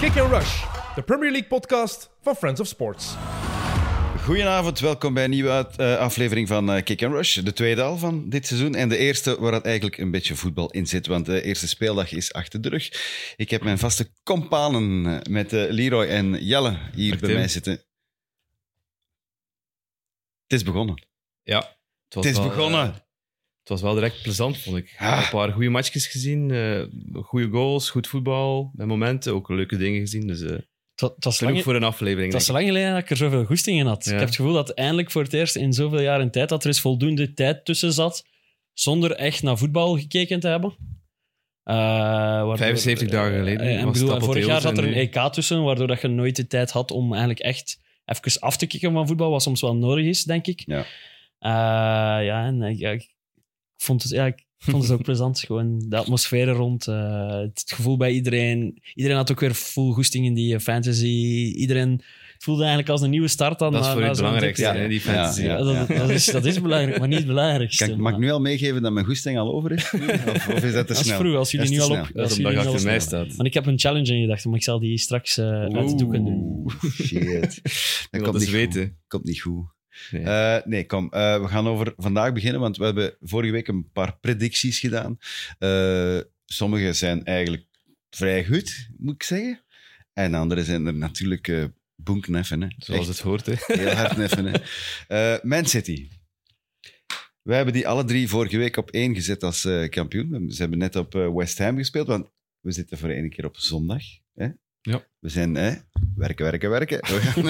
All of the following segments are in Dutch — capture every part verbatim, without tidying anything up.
Kick and Rush, de Premier League podcast van Friends of Sports. Goedenavond, welkom bij een nieuwe uit, uh, aflevering van uh, Kick and Rush. De tweede al van dit seizoen en de eerste waar het eigenlijk een beetje voetbal in zit, want de eerste speeldag is achter de rug. Ik heb mijn vaste companen met uh, Leroy en Jelle hier Dag bij Tim. mij zitten. Het is begonnen. Ja, het, was het is wel, begonnen. Uh, het was wel direct plezant, vond ik. Ah. Een paar goede matchjes gezien, uh, goede goals, goed voetbal, bij momenten ook leuke dingen gezien. Dus uh, het was genoeg voor een aflevering. Het was lang geleden dat ik er zoveel goesting in had. Ja. Ik heb het gevoel dat eindelijk voor het eerst in zoveel jaren tijd dat er eens voldoende tijd tussen zat, zonder echt naar voetbal gekeken te hebben. Uh, waardoor, vijfenzeventig dagen geleden. Uh, en bedoel, vorig jaar zat er een E K tussen, waardoor dat je nooit de tijd had om eigenlijk echt even af te kicken van voetbal, wat soms wel nodig is, denk ik. Ja, uh, ja en ja, ik vond het... Ja, ik vond het ook plezant. Gewoon de atmosfeer er rond. Uh, het gevoel bij iedereen. Iedereen had ook weer full goesting in die fantasy. Iedereen het voelde eigenlijk als een nieuwe start. Dan, dat is voor na, het belangrijkste, ja, hè, die fantasy. Ja, ja, ja. ja. Dat, dat, is, dat is belangrijk, maar niet het belangrijkste. Kan, mag ik nu al meegeven dat mijn goesting al over is? Of, of is dat te dat snel? is vroeg, als jullie nu al op... Dat is omdat je achter mij staat. Want ik heb een challenge in gedachten, maar ik zal die straks uh, uit de doeken doen. Shit. Dat komt niet, weten. komt niet goed. Nee, uh, nee kom. Uh, we gaan over vandaag beginnen, want we hebben vorige week een paar predicties gedaan. Uh, sommige zijn eigenlijk vrij goed, moet ik zeggen. En andere zijn er natuurlijk uh, bonkneffen. Hè. Zoals Echt, het hoort. Hè. Heel hard neffen. Hè. Uh, Man City. Wij hebben die alle drie vorige week op één gezet als uh, kampioen. Ze hebben net op uh, West Ham gespeeld, want we zitten voor één keer op zondag. Hè. Ja. We zijn hè, werken, werken, werken. We gaan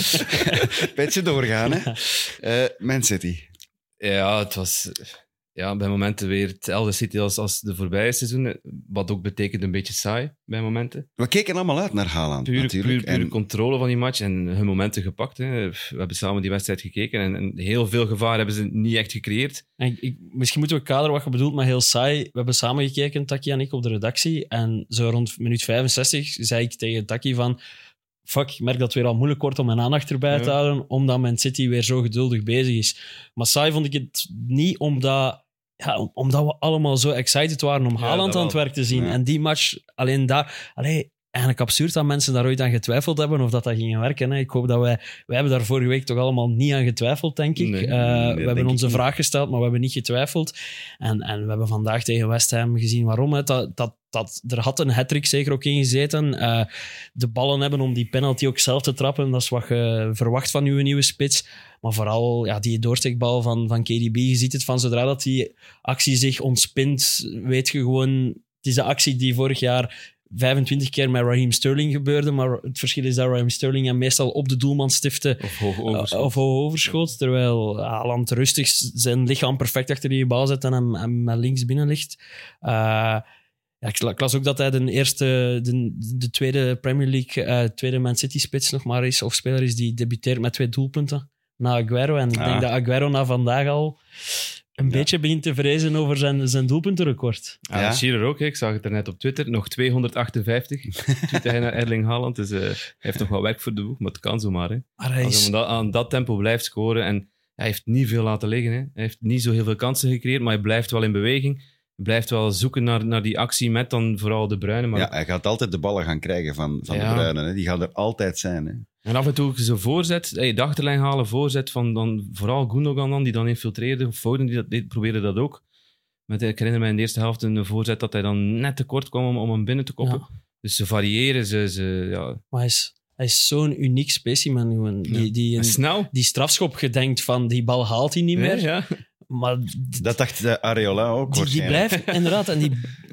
een beetje doorgaan. Hè. Uh, Man City. Ja, het was ja, bij momenten weer hetzelfde City als, als de voorbije seizoenen. Wat ook betekent een beetje saai bij momenten. We keken allemaal uit naar Haaland. Puur, natuurlijk. puur, puur en... controle van die match en hun momenten gepakt. Hè. We hebben samen die wedstrijd gekeken en, en heel veel gevaar hebben ze niet echt gecreëerd. En ik, misschien moeten we kaderen wat je bedoelt met heel saai. We hebben samen gekeken, Taki en ik, op de redactie. En zo rond minuut vijfenzestig zei ik tegen Taki van... Fuck, ik merk dat het weer al moeilijk wordt om mijn aandacht erbij te houden, ja. omdat Man City weer zo geduldig bezig is. Maar saai vond ik het niet, omdat, ja, omdat we allemaal zo excited waren om ja, Haaland aan het werk te zien. Ja. En die match, alleen daar... Allee, eigenlijk absurd dat mensen daar ooit aan getwijfeld hebben of dat dat ging werken. Hè. Ik hoop dat wij... Wij hebben daar vorige week toch allemaal niet aan getwijfeld, denk ik. Nee, uh, nee, we hebben onze niet. vraag gesteld, maar we hebben niet getwijfeld. En, en we hebben vandaag tegen West Ham gezien waarom. Hè. Dat, dat, dat, er had een hat-trick zeker ook in gezeten. Uh, de ballen hebben om die penalty ook zelf te trappen. Dat is wat je verwacht van uw nieuwe spits. Maar vooral ja, die doorsteekbal van, van K D B. Je ziet het van zodra dat die actie zich ontspint, weet je gewoon... Het is de actie die vorig jaar vijfentwintig keer met Raheem Sterling gebeurde, maar het verschil is dat Raheem Sterling hem meestal op de doelman stifte of hoog overschoot, uh, of hoog overschoot terwijl Haaland rustig zijn lichaam perfect achter die bal zet en hem, hem met links binnen ligt. Uh, ja, ik, ik las ook dat hij de eerste, de, de tweede Premier League, uh, tweede Man City spits nog maar is, of speler is die debuteert met twee doelpunten na Aguero. En ik ah. denk dat Aguero na vandaag al een ja. beetje begint te vrezen over zijn, zijn doelpuntenrecord. Ja, ja. Shearer ook, hè. Ik zag het er net op Twitter. Nog tweehonderdachtenvijftig tweette hij naar Erling Haaland. Dus uh, hij heeft nog wel werk voor de boeg, maar het kan zomaar. Hè. Maar hij is... Als hij aan dat tempo blijft scoren en hij heeft niet veel laten liggen. Hè. Hij heeft niet zo heel veel kansen gecreëerd, maar hij blijft wel in beweging. Hij blijft wel zoeken naar, naar die actie met dan vooral De Bruyne. Maar... Ja, hij gaat altijd de ballen gaan krijgen van, van ja. De Bruyne. Hè. Die gaan er altijd zijn. Hè. En af en toe zo'n voorzet, hey, de achterlijn halen, voorzet van dan vooral Gundogan dan, die dan infiltreerde. Foden die dat deed, probeerde dat ook. Met, ik herinner me in de eerste helft een voorzet dat hij dan net tekort kwam om, om hem binnen te koppen. Ja. Dus ze variëren. Ze, ze, ja. Maar hij is, hij is zo'n uniek specimen. Gewoon. Die, ja. die, een, snel. Die strafschop, je denkt van die bal haalt hij niet meer. Ja, ja. Maar dat dacht de Areola ook. Die, die blijft, inderdaad, en die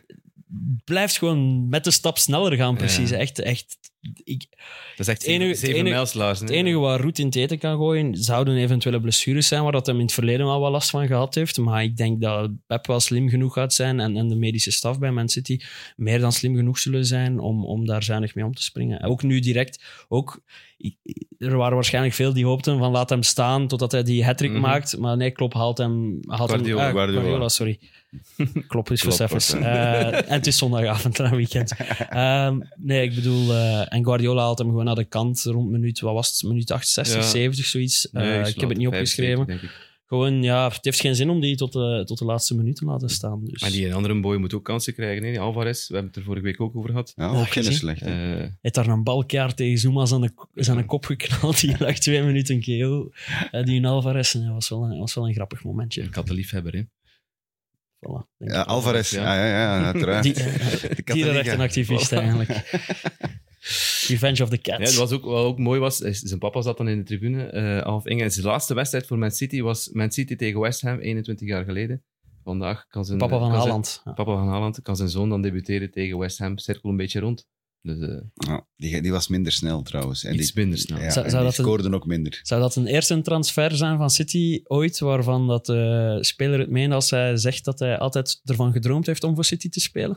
blijft gewoon met de stap sneller gaan, precies. Ja. Echt, echt. Ik, dat is echt enige, zeven, zeven mijlslaars. Het enige waar Roet in het eten kan gooien, zouden eventuele blessures zijn, waar dat hem in het verleden al wat last van gehad heeft. Maar ik denk dat Pep wel slim genoeg gaat zijn en, en de medische staf bij Man City meer dan slim genoeg zullen zijn om, om daar zuinig mee om te springen. Ook nu direct, ook... Er waren waarschijnlijk veel die hoopten van laat hem staan totdat hij die hat-trick mm-hmm. maakt. Maar nee, Klopp haalt hem... Haalt Guardiola, hem ah, Guardiola. Guardiola, sorry. Klopp is voor Seffers. Uh, en het is zondagavond en weekend. Uh, nee, ik bedoel... Uh, en Guardiola haalt hem gewoon naar de kant rond minuut... Wat was het? Minuut achtenzestig, ja. zeventig, zoiets. Uh, nee, ik, ik heb het niet opgeschreven. Gewoon, ja, het heeft geen zin om die tot de, tot de laatste minuut te laten staan. Dus. Maar die andere boy moet ook kansen krijgen. Hè? Die Alvarez, we hebben het er vorige week ook over gehad. Ja, Ja, ook geen gezien. slecht. hè. Uh, Hij heeft daar een balkaart tegen Zuma aan de, aan de kop geknald. Die lag twee minuten K O. Uh, die in Alvarez, dat was wel een, was wel een grappig momentje. ik had de liefhebber, hè. Voilà, denk Ja, ik. Alvarez, Ja. ja, ja, ja, uiteraard. Die, De dierenrechtenactivist eigenlijk. Revenge of the Ja, Cats. het was ook, wat ook mooi was, is- zijn papa zat dan in de tribune. Uh, half Inge. Zijn laatste wedstrijd voor Man City was Man City tegen West Ham, eenentwintig jaar geleden. Vandaag kan zijn... Papa van kan zijn- Haaland. Ja. Papa van Haaland kan zijn zoon dan debuteren tegen West Ham. Cirkel een beetje rond. Dus uh, Ja, die, die was minder snel trouwens. En iets die, minder snel. Ja, Zou- en zou die dat een- scoorden ook minder. Zou dat een eerste transfer zijn van City ooit, waarvan dat de speler het meent als hij zegt dat hij altijd ervan gedroomd heeft om voor City te spelen?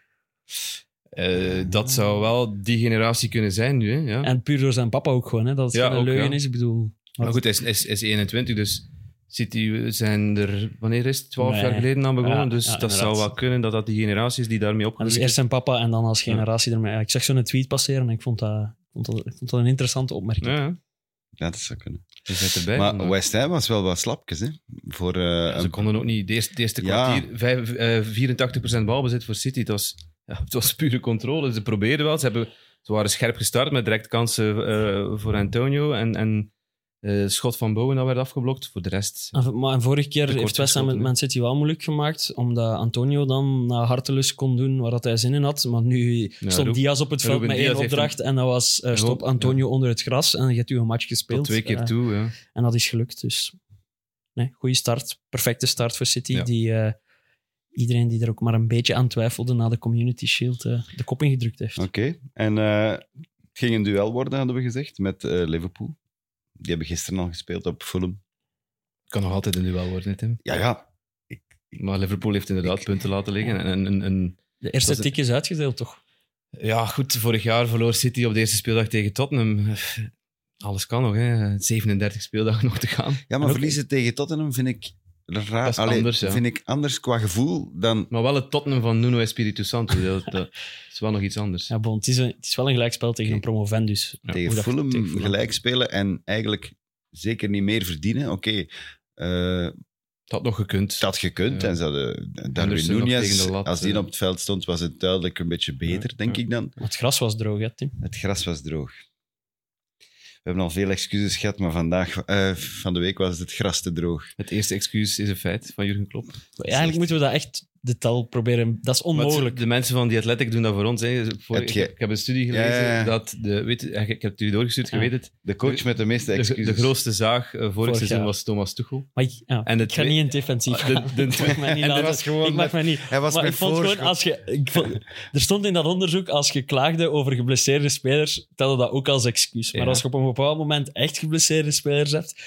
Uh, dat zou wel die generatie kunnen zijn nu. Hè? Ja. En puur door zijn papa ook gewoon, hè? dat het Ja, geen ook, leugen ja. is. Ik bedoel... Maar goed, hij is, is, is eenentwintig, dus City zijn er, wanneer is het? twaalf Nee. jaar geleden aan begonnen. Ja, dus ja, dat inderdaad. zou wel kunnen dat dat die generatie is die daarmee Dat opgegroeid is is. eerst zijn papa en dan als generatie ermee. Ja, ik zag zo'n tweet passeren en ik vond dat, ik vond dat, ik vond dat een interessante opmerking. Ja, ja. Ja, dat zou kunnen. Je zit erbij. Maar Maar West Ham was wel wat slapjes, hè. Voor, eh, ze een- konden ook niet. De eerste, de eerste Ja. kwartier, vijf, eh, vierentachtig procent balbezit voor City. Het was, ja, het was pure controle. Ze probeerden wel. Ze, hebben, ze waren scherp gestart met direct kansen eh, voor Antonio. En, en eh, schot van Bowen dat werd afgeblokt. Voor de rest... En- Maar vorige keer Te kort heeft West Ham met geschoten, Man City wel moeilijk gemaakt, omdat Antonio dan naar hartelust kon doen waar dat hij zin in had. Maar nu Ja, stond Ru- Diaz op het veld Ruben met Diaz één heeft opdracht en dat was eh, Ja, stop Antonio onder het gras en je hebt u een match gespeeld. Tot twee keer Eh, toe, ja. En dat is gelukt, dus nee, goede start. Perfecte start voor City, Ja. die eh, iedereen die er ook maar een beetje aan twijfelde na de Community Shield eh, de kop ingedrukt heeft. Oké. En eh, het ging een duel worden, hadden we gezegd, met eh, Liverpool. Die hebben gisteren al gespeeld op Fulham. Kan nog altijd een duel worden, hè, Tim. Ja, ja. Maar Liverpool heeft inderdaad Ik- punten laten liggen. En, en, en, en- De eerste Dat is- tik is uitgedeeld, toch? ja, goed, vorig jaar verloor City op de eerste speeldag tegen Tottenham. Alles kan nog, hè. zevenendertig speeldagen nog te gaan. Ja, maar ook- verliezen tegen Tottenham vind ik raar. Dat is Allee, anders, ja. vind ik anders qua gevoel dan... Maar wel het Tottenham van Nuno Espirito Santo. Dat, dat is wel nog iets anders. Ja, bon, het, is een, het is wel een gelijkspel tegen een Oké. promovendus. Ja, tegen hoe dat- Fulham tegen Fulham. gelijk spelen en eigenlijk zeker niet meer verdienen. Oké, eh, Het had nog gekund. dat had gekund. Ja. En ze hadden Darwin Henderson nog Núñez, tegen de lat, als die eh. op het veld stond, was het duidelijk een beetje beter, Ja, denk ja. ik dan. Maar het gras was droog, hè, Tim? Het gras was droog. We hebben al veel excuses gehad, maar vandaag, eh, van de week was het gras te droog. Het eerste excuus is een feit van Jurgen Klopp. Eigenlijk moeten we dat echt de tel proberen. Dat is Maar onmogelijk. het- de mensen van The Athletic doen dat voor ons. Hè. Voor, Heb ik, je- heb, ik heb een studie Ja, gelezen ja, ja. dat... De, weet, je, ik heb het u doorgestuurd, je Ja. weet het. De coach met de meeste De, excuses. de grootste zaag uh, vorig, Vorig seizoen jaar. was Thomas Tuchel. Maar ik, ja, En de ik ga twee- niet in het defensief Ah, de- gaan. de- Ik mag mij niet en de- laten- was gewoon ik mag met- mij niet. Hij was Maar met ik vond gewoon, voorschot. als je, ik vond- er stond in dat onderzoek, als je klaagde over geblesseerde spelers, telde dat ook als excuus. Maar Ja. als je op een bepaald moment echt geblesseerde spelers hebt,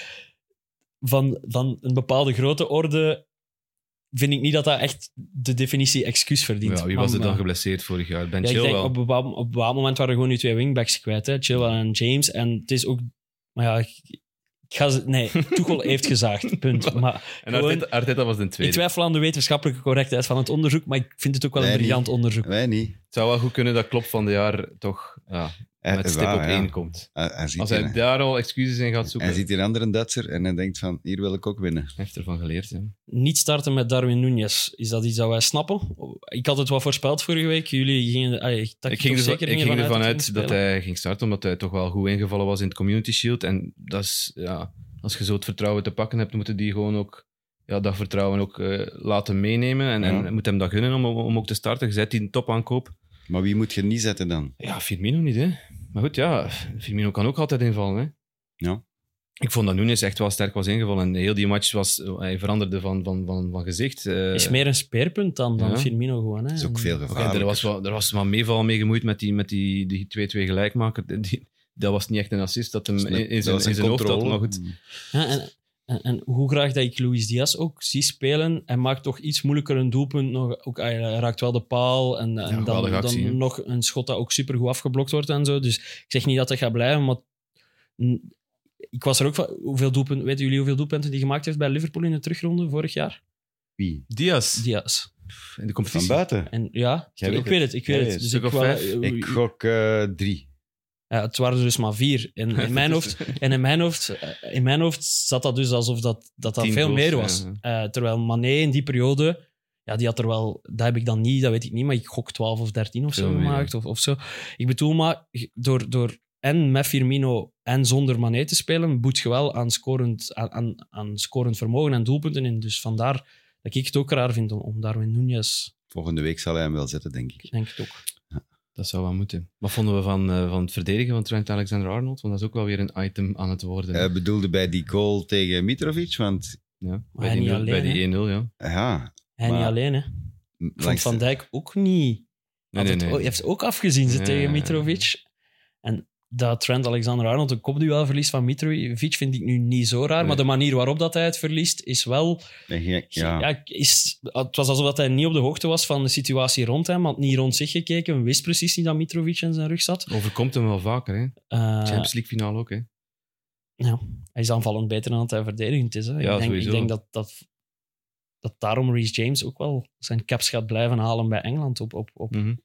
van, van een bepaalde grote orde, vind ik niet dat dat echt de definitie excuus verdient. Ja, wie was er Maar- dan geblesseerd vorig jaar? Ben Ja, ik Chilwell. denk op een bepaald, op een bepaald moment waren er gewoon nu twee wingbacks kwijt. Hè? Chilwell en James. En het is ook... Maar ja, ik, ik ga ze... Nee, Tuchel heeft gezaagd, punt. Maar En gewoon- Arteta, Arteta was de ik tweede. twijfel aan de wetenschappelijke correctheid van het onderzoek, maar ik vind het ook wel een Wij briljant niet. onderzoek. Wij niet. Het zou wel goed kunnen dat Klopp van de jaar toch ja, Hij- met stip waar, op ja. één komt. Hij, hij ziet Als hier- hij daar al excuses in gaat zoeken, hij ziet hier een andere Duitser en hij denkt van, hier wil ik ook winnen. hij heeft ervan geleerd. Ja. Niet starten met Darwin Núñez. Is dat iets dat wij snappen? Ik had het wel voorspeld vorige week. Jullie gingen... Allee, ik dacht Ik ging, toch ervan, zeker ik gingen ging ervan hij uit dat spelen. hij ging starten, omdat hij toch wel goed ingevallen was in het Community Shield. En dat is, ja, als je zo het vertrouwen te pakken hebt, moeten die gewoon ook ja, dat vertrouwen ook uh, laten meenemen. En, Ja. en moet hem dat gunnen om, om ook te starten. Je zet die een topaankoop. Maar wie moet je niet zetten dan? Ja, Firmino niet, hè. Maar goed, ja, Firmino kan ook altijd invallen, hè. Ja. Ik vond dat Núñez echt wel sterk was ingevallen. En heel die match was... Hij veranderde van, van, van, van gezicht. Uh, Is meer een speerpunt dan, dan ja. Firmino gewoon. Hè? Dat is ook veel Oké, gevaarlijker. er was wel, er was wel meeval mee gemoeid met die, met die, die twee-twee gelijkmaker. Die, dat was niet echt een assist dat hem Dat is in, net- in zijn, dat was in zijn hoofd had. controle. Maar goed, Ja, en, en, en hoe graag dat ik Luis Diaz ook zie spelen, hij maakt toch iets moeilijker een doelpunt. Nog, ook, hij raakt wel de paal en, en dan, geweldige actie, hè. dan nog een schot dat ook supergoed afgeblokt wordt en zo. Dus ik zeg niet dat hij gaat blijven, maar n- ik was er ook van... Hoeveel doelpunten, weten jullie hoeveel doelpunten die gemaakt heeft bij Liverpool in de terugronde vorig jaar? Wie? Diaz, Diaz. in de Van competitie. buiten? En ja, Jij ik weet weet het, ik weet Ja, het. ja, Dus stuk ik of wou- vijf. eh, Ik gok eh, drie. Uh, het waren er dus maar vier. In, in, mijn, hoofd, en in, mijn, hoofd, uh, in mijn hoofd zat dat dus alsof dat, dat, dat veel goals, meer was. Ja. Uh, terwijl Mané in die periode, ja, die had er wel, dat heb ik dan niet, dat weet ik niet, maar ik gok twaalf of dertien of veel zo gemaakt. Of, of zo. Ik bedoel maar, door, door en met Firmino en zonder Mané te spelen, boet je wel aan scorend, aan, aan, aan scorend vermogen en doelpunten in. Dus vandaar dat ik het ook raar vind om, om Darwin Núñez... Volgende week zal hij hem wel zetten, denk ik. Ik denk het ook. Ja, dat zou wel moeten. Wat vonden we van, uh, van het verdedigen van Trent Alexander-Arnold? Want dat is ook wel weer een item aan het worden. Hij uh, bedoelde bij die goal tegen Mitrovic, want... Ja, bij, die nul, alleen, bij die één nul, ja. Ja. Hij maar... niet alleen, hè. Ik vond Van Dijk ook niet... Nee, nee, nee. Hij heeft ook afgezien ze, ja, tegen Mitrovic. En dat Trent Alexander-Arnold een kopduel verliest van Mitrovic vind ik nu niet zo raar. Nee. Maar de manier waarop dat hij het verliest is wel... Ja. Ja, is, het was alsof hij niet op de hoogte was van de situatie rond hem. Had niet rond zich gekeken. Wist precies niet dat Mitrovic in zijn rug zat. Overkomt hem wel vaker, hè. Uh, Champions League finale ook, hè. Ja, hij is aanvallend beter dan dat hij verdedigend is. Hè. Ja, ik, denk, ik denk dat, dat, dat daarom Reece James ook wel zijn caps gaat blijven halen bij Engeland op, op, op, mm-hmm.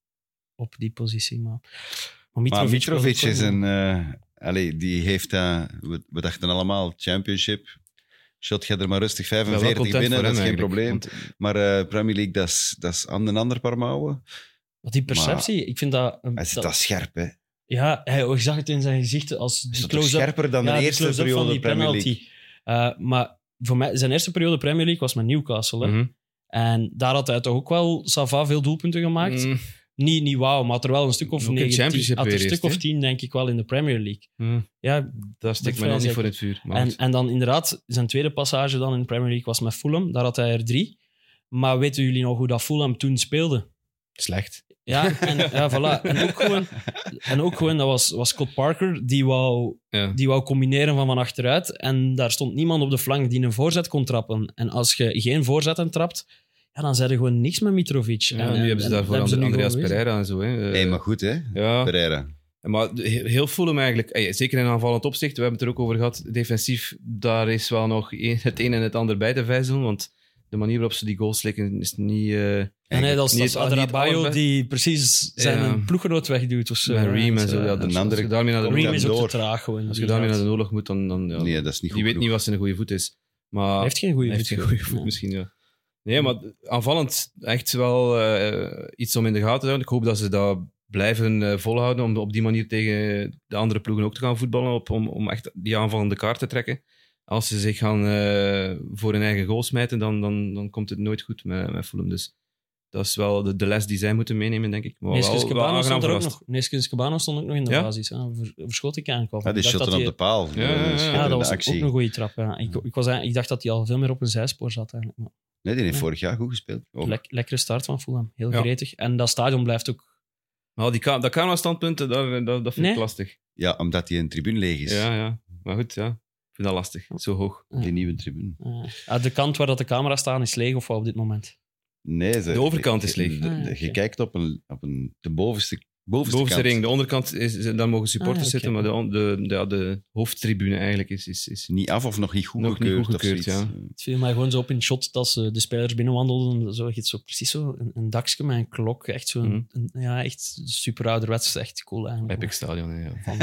op die positie. Maar... Maar Mitrovic, maar Mitrovic is een... Uh, allez, die heeft uh, we, we dachten allemaal, championship. Shot gaat er maar rustig vijfenveertig ja, binnen, dat is geen probleem. Want... Maar uh, Premier League, dat is, dat is aan een ander paar mouwen. Wat die perceptie, maar, ik vind dat... Uh, hij zit dat scherp, hè. Ja, hij zag het in zijn gezicht als... Is dat scherper dan ja, de eerste periode van die Premier penalty. League? Uh, maar voor mij, zijn eerste periode Premier League was met Newcastle. Hè. Mm-hmm. En daar had hij toch ook wel Sava veel doelpunten gemaakt. Mm. Niet, niet wauw, maar had er wel een stuk of negen, tien, had er een stuk eerst, of tien, denk ik wel, in de Premier League. Hmm. Ja, dat stikt mij nog niet voor het vuur. En, en dan inderdaad, zijn tweede passage dan in de Premier League was met Fulham. Daar had hij er drie. Maar weten jullie nog hoe dat Fulham toen speelde? Slecht. Ja, en, ja voilà. En ook gewoon, en ook gewoon dat was, was Scott Parker, die wou, ja. die wou combineren van van achteruit. En daar stond niemand op de flank die een voorzet kon trappen. En als je geen voorzetten trapt... Ja, dan zei er gewoon niks met Mitrovic. Ja, en, nu hebben ze daarvoor Andreas, Andreas Pereira en zo. Hè. Hey, maar goed, hè? Ja. Pereira. Maar heel Fulham eigenlijk, hey, zeker in aanvallend opzicht, we hebben het er ook over gehad, defensief, daar is wel nog het een en het ander bij te vijzelen, want de manier waarop ze die goals slikken is niet... Uh, ja, nee, dat is Adebayo die precies zijn ja. ploeggenoot wegduwt. Of zo. Met Ream en zo. Ja, een andere, als je daarmee naar de Ream is ook te traag. Gewoon, als je daarmee naar de oorlog moet, dan... dan ja, nee, dat is niet goed die weet genoeg. niet wat zijn goede voet is. Maar hij heeft geen goede voet. heeft geen goede voet, misschien, ja. Nee, maar aanvallend echt wel uh, iets om in de gaten te houden. Ik hoop dat ze dat blijven uh, volhouden om op die manier tegen de andere ploegen ook te gaan voetballen, op, om, om echt die aanvallende kaart te trekken. Als ze zich gaan uh, voor hun eigen goal smijten, dan, dan, dan komt het nooit goed met, met Fulham. Dus dat is wel de, de les die zij moeten meenemen, denk ik. Neeskens Cabano stond er ook nog. Neeskens Cabano stond ook nog in de ja? basis. Ja, verschoot ik eigenlijk al. Ja, die shotten op de paal. Ja, ja, ja, ja. ja dat was actie. Ook een goede trap. Ja. Ik, ik, was, ik dacht dat hij al veel meer op een zijspoor zat. Eigenlijk. Maar, nee, die heeft ja. vorig jaar goed gespeeld. Le- lekkere start van Fulham. Heel ja. gretig. En dat stadion blijft ook... Maar die ka- dat camera-standpunt, dat, dat, dat vind nee? ik lastig. Ja, omdat die een tribune leeg is. Ja, ja. Maar goed, ja. Ik vind dat lastig. Zo hoog. Ja. Die nieuwe tribune. Ja. De kant waar dat de camera staan is leeg of wat op dit moment? Nee, ze, de overkant is leeg. De, de, de, ah, je okay. kijkt op, een, op een, de bovenste, bovenste, bovenste kant. ring. De onderkant, is, daar mogen supporters ah, okay. zitten, maar de, de, de, de hoofdtribune eigenlijk is, is, is... Niet af of nog niet goed nog gekeurd. Niet goed gekeurd ja. Het viel mij gewoon zo op in shot dat ze de spelers binnenwandelden. Zo, zo, precies zo een, een dakje met een klok. Echt zo mm. een, ja, echt super ouderwets. Echt cool eigenlijk. Epic Stadion, hè, ja. Van,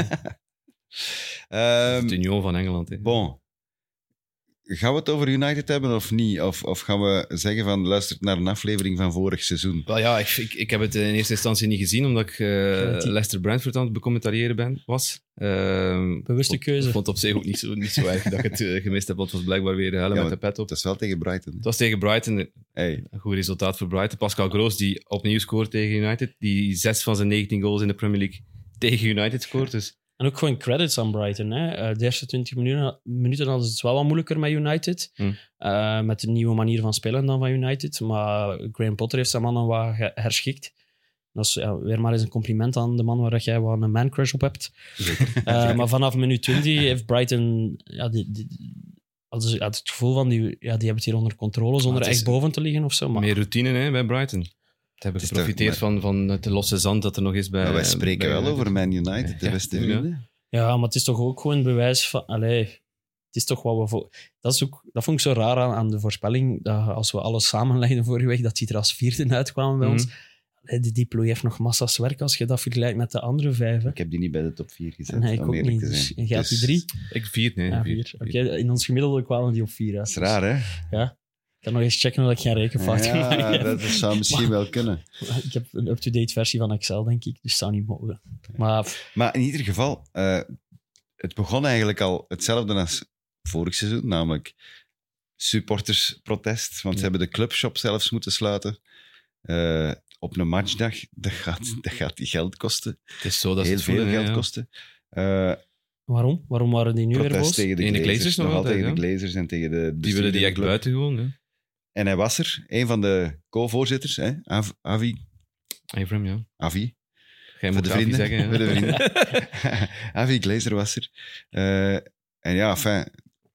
um, het Union van Engeland. Hè. Bon. Gaan we het over United hebben of niet? Of, of gaan we zeggen van luister naar een aflevering van vorig seizoen? Wel ja, ik, ik, ik heb het in eerste instantie niet gezien, omdat ik uh, Leicester Brentford aan het becommentariëren ben, was. Uh, Bewuste keuze. Ik vond het op zich ook niet zo, niet zo erg dat ik het uh, gemist heb, want het was blijkbaar weer hellen ja, met de pet op. Het is wel tegen Brighton. Hè? Het was tegen Brighton. Hey. Een goed resultaat voor Brighton. Pascal Gross, die opnieuw scoort tegen United, die zes van zijn negentien goals in de Premier League tegen United scoort, dus... En ook gewoon credits aan Brighton. Hè. De eerste twintig minuten, minuten hadden ze het wel wat moeilijker met United. Hmm. Uh, met een nieuwe manier van spelen dan van United. Maar Graham Potter heeft zijn mannen wat herschikt. Dat is ja, weer maar eens een compliment aan de man waar jij wel een man-crush op hebt. uh, maar vanaf minuut twintig heeft Brighton... Ja, die, die, hadden ze, had het gevoel van, die, ja, die hebben het hier onder controle zonder echt boven te liggen of zo. Maar... Meer routine hè, bij Brighton. Ze hebben geprofiteerd toch, van, van het losse zand dat er nog is bij... Ja, wij spreken bij, wel bij, over Man United, de ja, beste ja. vrienden. Ja, maar het is toch ook gewoon bewijs van... Allee, het is toch wat we... Vo- dat, is ook, dat vond ik zo raar aan, aan de voorspelling, dat als we alles samenlegden vorige week, dat die er als vierde uitkwamen bij mm-hmm. ons. die Diplo heeft nog massa's werk als je dat vergelijkt met de andere vijf. Hè. Ik heb die niet bij de top vier gezet, Nee, ik om ook eerlijk niet. te Dus, zijn. en jij had die Dus- drie? Ik vier, nee. Ja, vier. vier. Oké, in ons gemiddelde kwamen die op vier. Hè. Dat is raar, hè? Ja. Ik kan nog eens checken of ik geen rekenfout gemaakt Ja, heb. dat zou misschien wel kunnen. Ik heb een up-to-date versie van Excel, denk ik. Dus het zou niet mogen. Maar Maar in ieder geval, uh, het begon eigenlijk al hetzelfde als vorig seizoen, namelijk supportersprotest, want ze hebben de clubshop zelfs moeten sluiten. Uh, op een matchdag, dat gaat, dat gaat die geld kosten. Het is zo dat ze Heel het veel voelen, geld hè, ja. kosten. Uh, waarom? Waarom waren die nu weer protest boos? tegen de Tegen de Glazers, Glazers nog nog altijd tegen altijd, de Glazers en tegen de Die willen die echt club. buiten gewoon. Hè. En hij was er, een van de co-voorzitters, hè, Av- Avi. Avram, ja. Avi. Jij Voor moet de Avi vrienden. zeggen. Voor de Ja. vrienden. Avi Glazer was er. Uh, en ja, enfin,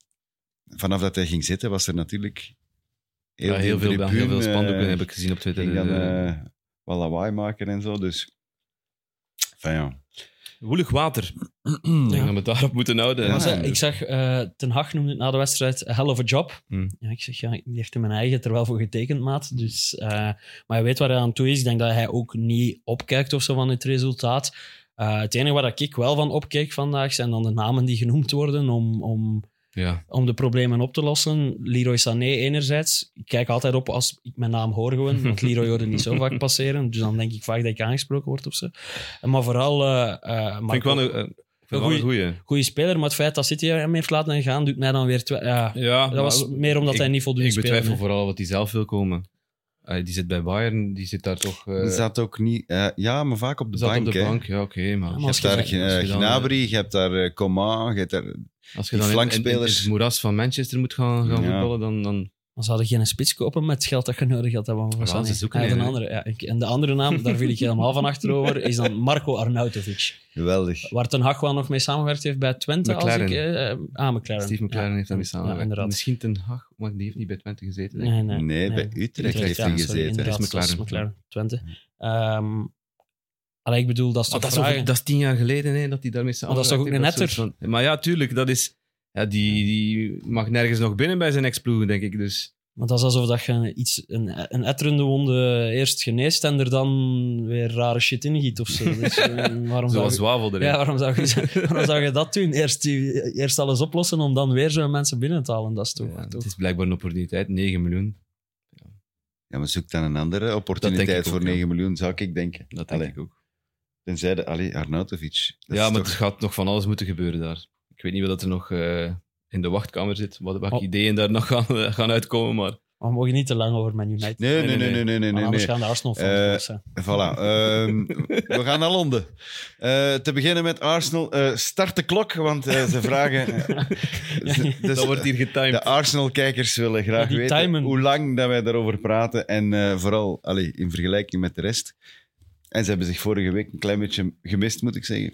vanaf dat hij ging zitten, was er natuurlijk heel, Ja, heel, die veel, tribune, heel veel spandoeken uh, heb ik gezien op Twitter. ging dan Uh, uh, wat lawaai maken en zo. Dus, enfin, ja. Woelig water. Ik denk dat we het daarop moeten houden. Ja. Maar ze- ik zag, uh, Ten Hag noemde het na de wedstrijd a hell of a job. Hmm. Ja, ik zeg, ja, die heeft in mijn eigen er wel voor getekend, maat. Dus, uh, maar hij weet waar hij aan toe is. Ik denk dat hij ook niet opkijkt of zo van het resultaat. Uh, het enige waar ik wel van opkeek vandaag zijn dan de namen die genoemd worden om, om, Ja. om de problemen op te lossen. Leroy Sané enerzijds. Ik kijk altijd op als ik mijn naam hoor gewoon, want Leroy hoorde niet zo vaak passeren. Dus dan denk ik vaak dat ik aangesproken word of zo. Maar vooral... Uh, uh, Vind ik wel een, een, een goeie- goeie. goede speler, maar het feit dat City hem heeft laten gaan, doet mij dan weer... twi- Ja, Ja, dat was maar meer omdat ik- hij niet voldoende Ik speelde. betwijfel vooral wat hij zelf wil komen. Uh, die zit bij Bayern, die zit daar toch... Uh, Er zat ook niet... Uh, ja, maar vaak op de zat bank. op de hè. bank. Ja, oké, okay, maar... Ja, Je maar hebt daar als je- als je uh, dan, Gnabry, je hebt daar uh, Coman, je hebt daar... Als je die dan in, in, in flankspelers- het moeras van Manchester moet gaan, gaan Ja. voetballen, dan... dan Maar ze hadden geen spits kopen met het geld dat je nodig had. hebben We gaan ze zoeken, Ja, hè, een hè. andere, ja, ik- en de andere naam, daar viel ik helemaal van achterover, is dan Marco Arnautovic. Geweldig. Waar Ten Hag wel nog mee samengewerkt heeft bij Twente. Als ik, McLaren. uh, ah, McLaren. Steve McLaren Ja. heeft daarmee Ja, samengewerkt. inderdaad. Misschien Ten Hag, maar die heeft niet bij Twente gezeten. denk ik. Nee, nee, Nee, bij Utrecht heeft ja, hij sorry, gezeten. inderdaad, Het is het was McLaren. Twente. Um, allee, ik bedoel, dat is Maar toch dat, is vragen. ook, dat is tien jaar geleden hè, dat hij daarmee Maar dat is toch ook samengewerkt een heeft, dat soort van- Maar ja, tuurlijk, dat is... Ja, die, die mag nergens nog binnen bij zijn ex-ploeg, denk ik. Dus Maar dat is alsof dat je iets, een, een etterende wonde eerst geneest en er dan weer rare shit in giet of zo. Dus, eh, waarom, zou zoals je, Zwavel erin. ja, waarom, zou je, waarom zou je dat doen? Eerst, die- eerst alles oplossen om dan weer zo'n mensen binnen te halen. Dat is toch... Ja, toch- het is blijkbaar een opportuniteit. negen miljoen. Ja, maar zoek dan een andere Dat opportuniteit denk ik ook, voor ja. negen miljoen, zou ik denken. Dat denk Allee, ik ook. Tenzij de allee, Arnautovic. Dat Ja, is maar toch- het gaat nog van alles moeten gebeuren daar. Ik weet niet wat er nog eh, in de wachtkamer zit. Wat, welke Oh. ideeën daar nog gaan, eh, gaan uitkomen. Maar Maar we mogen niet te lang over Man United. Nee, nee, nee, nee, nee, nee. Want nee, anders nee. gaan de Arsenal Eh, fans zijn. Voilà. Ehm, we gaan naar Londen. Eh, te beginnen met Arsenal. Eh, start de klok, want eh, ze vragen... Ze- dus, dat wordt hier getimed. de Arsenal-kijkers willen graag Ja, die weten timen. hoe lang dat wij daarover praten. En eh, vooral allee, in vergelijking met de rest. En ze hebben zich vorige week een klein beetje gemist, moet ik zeggen.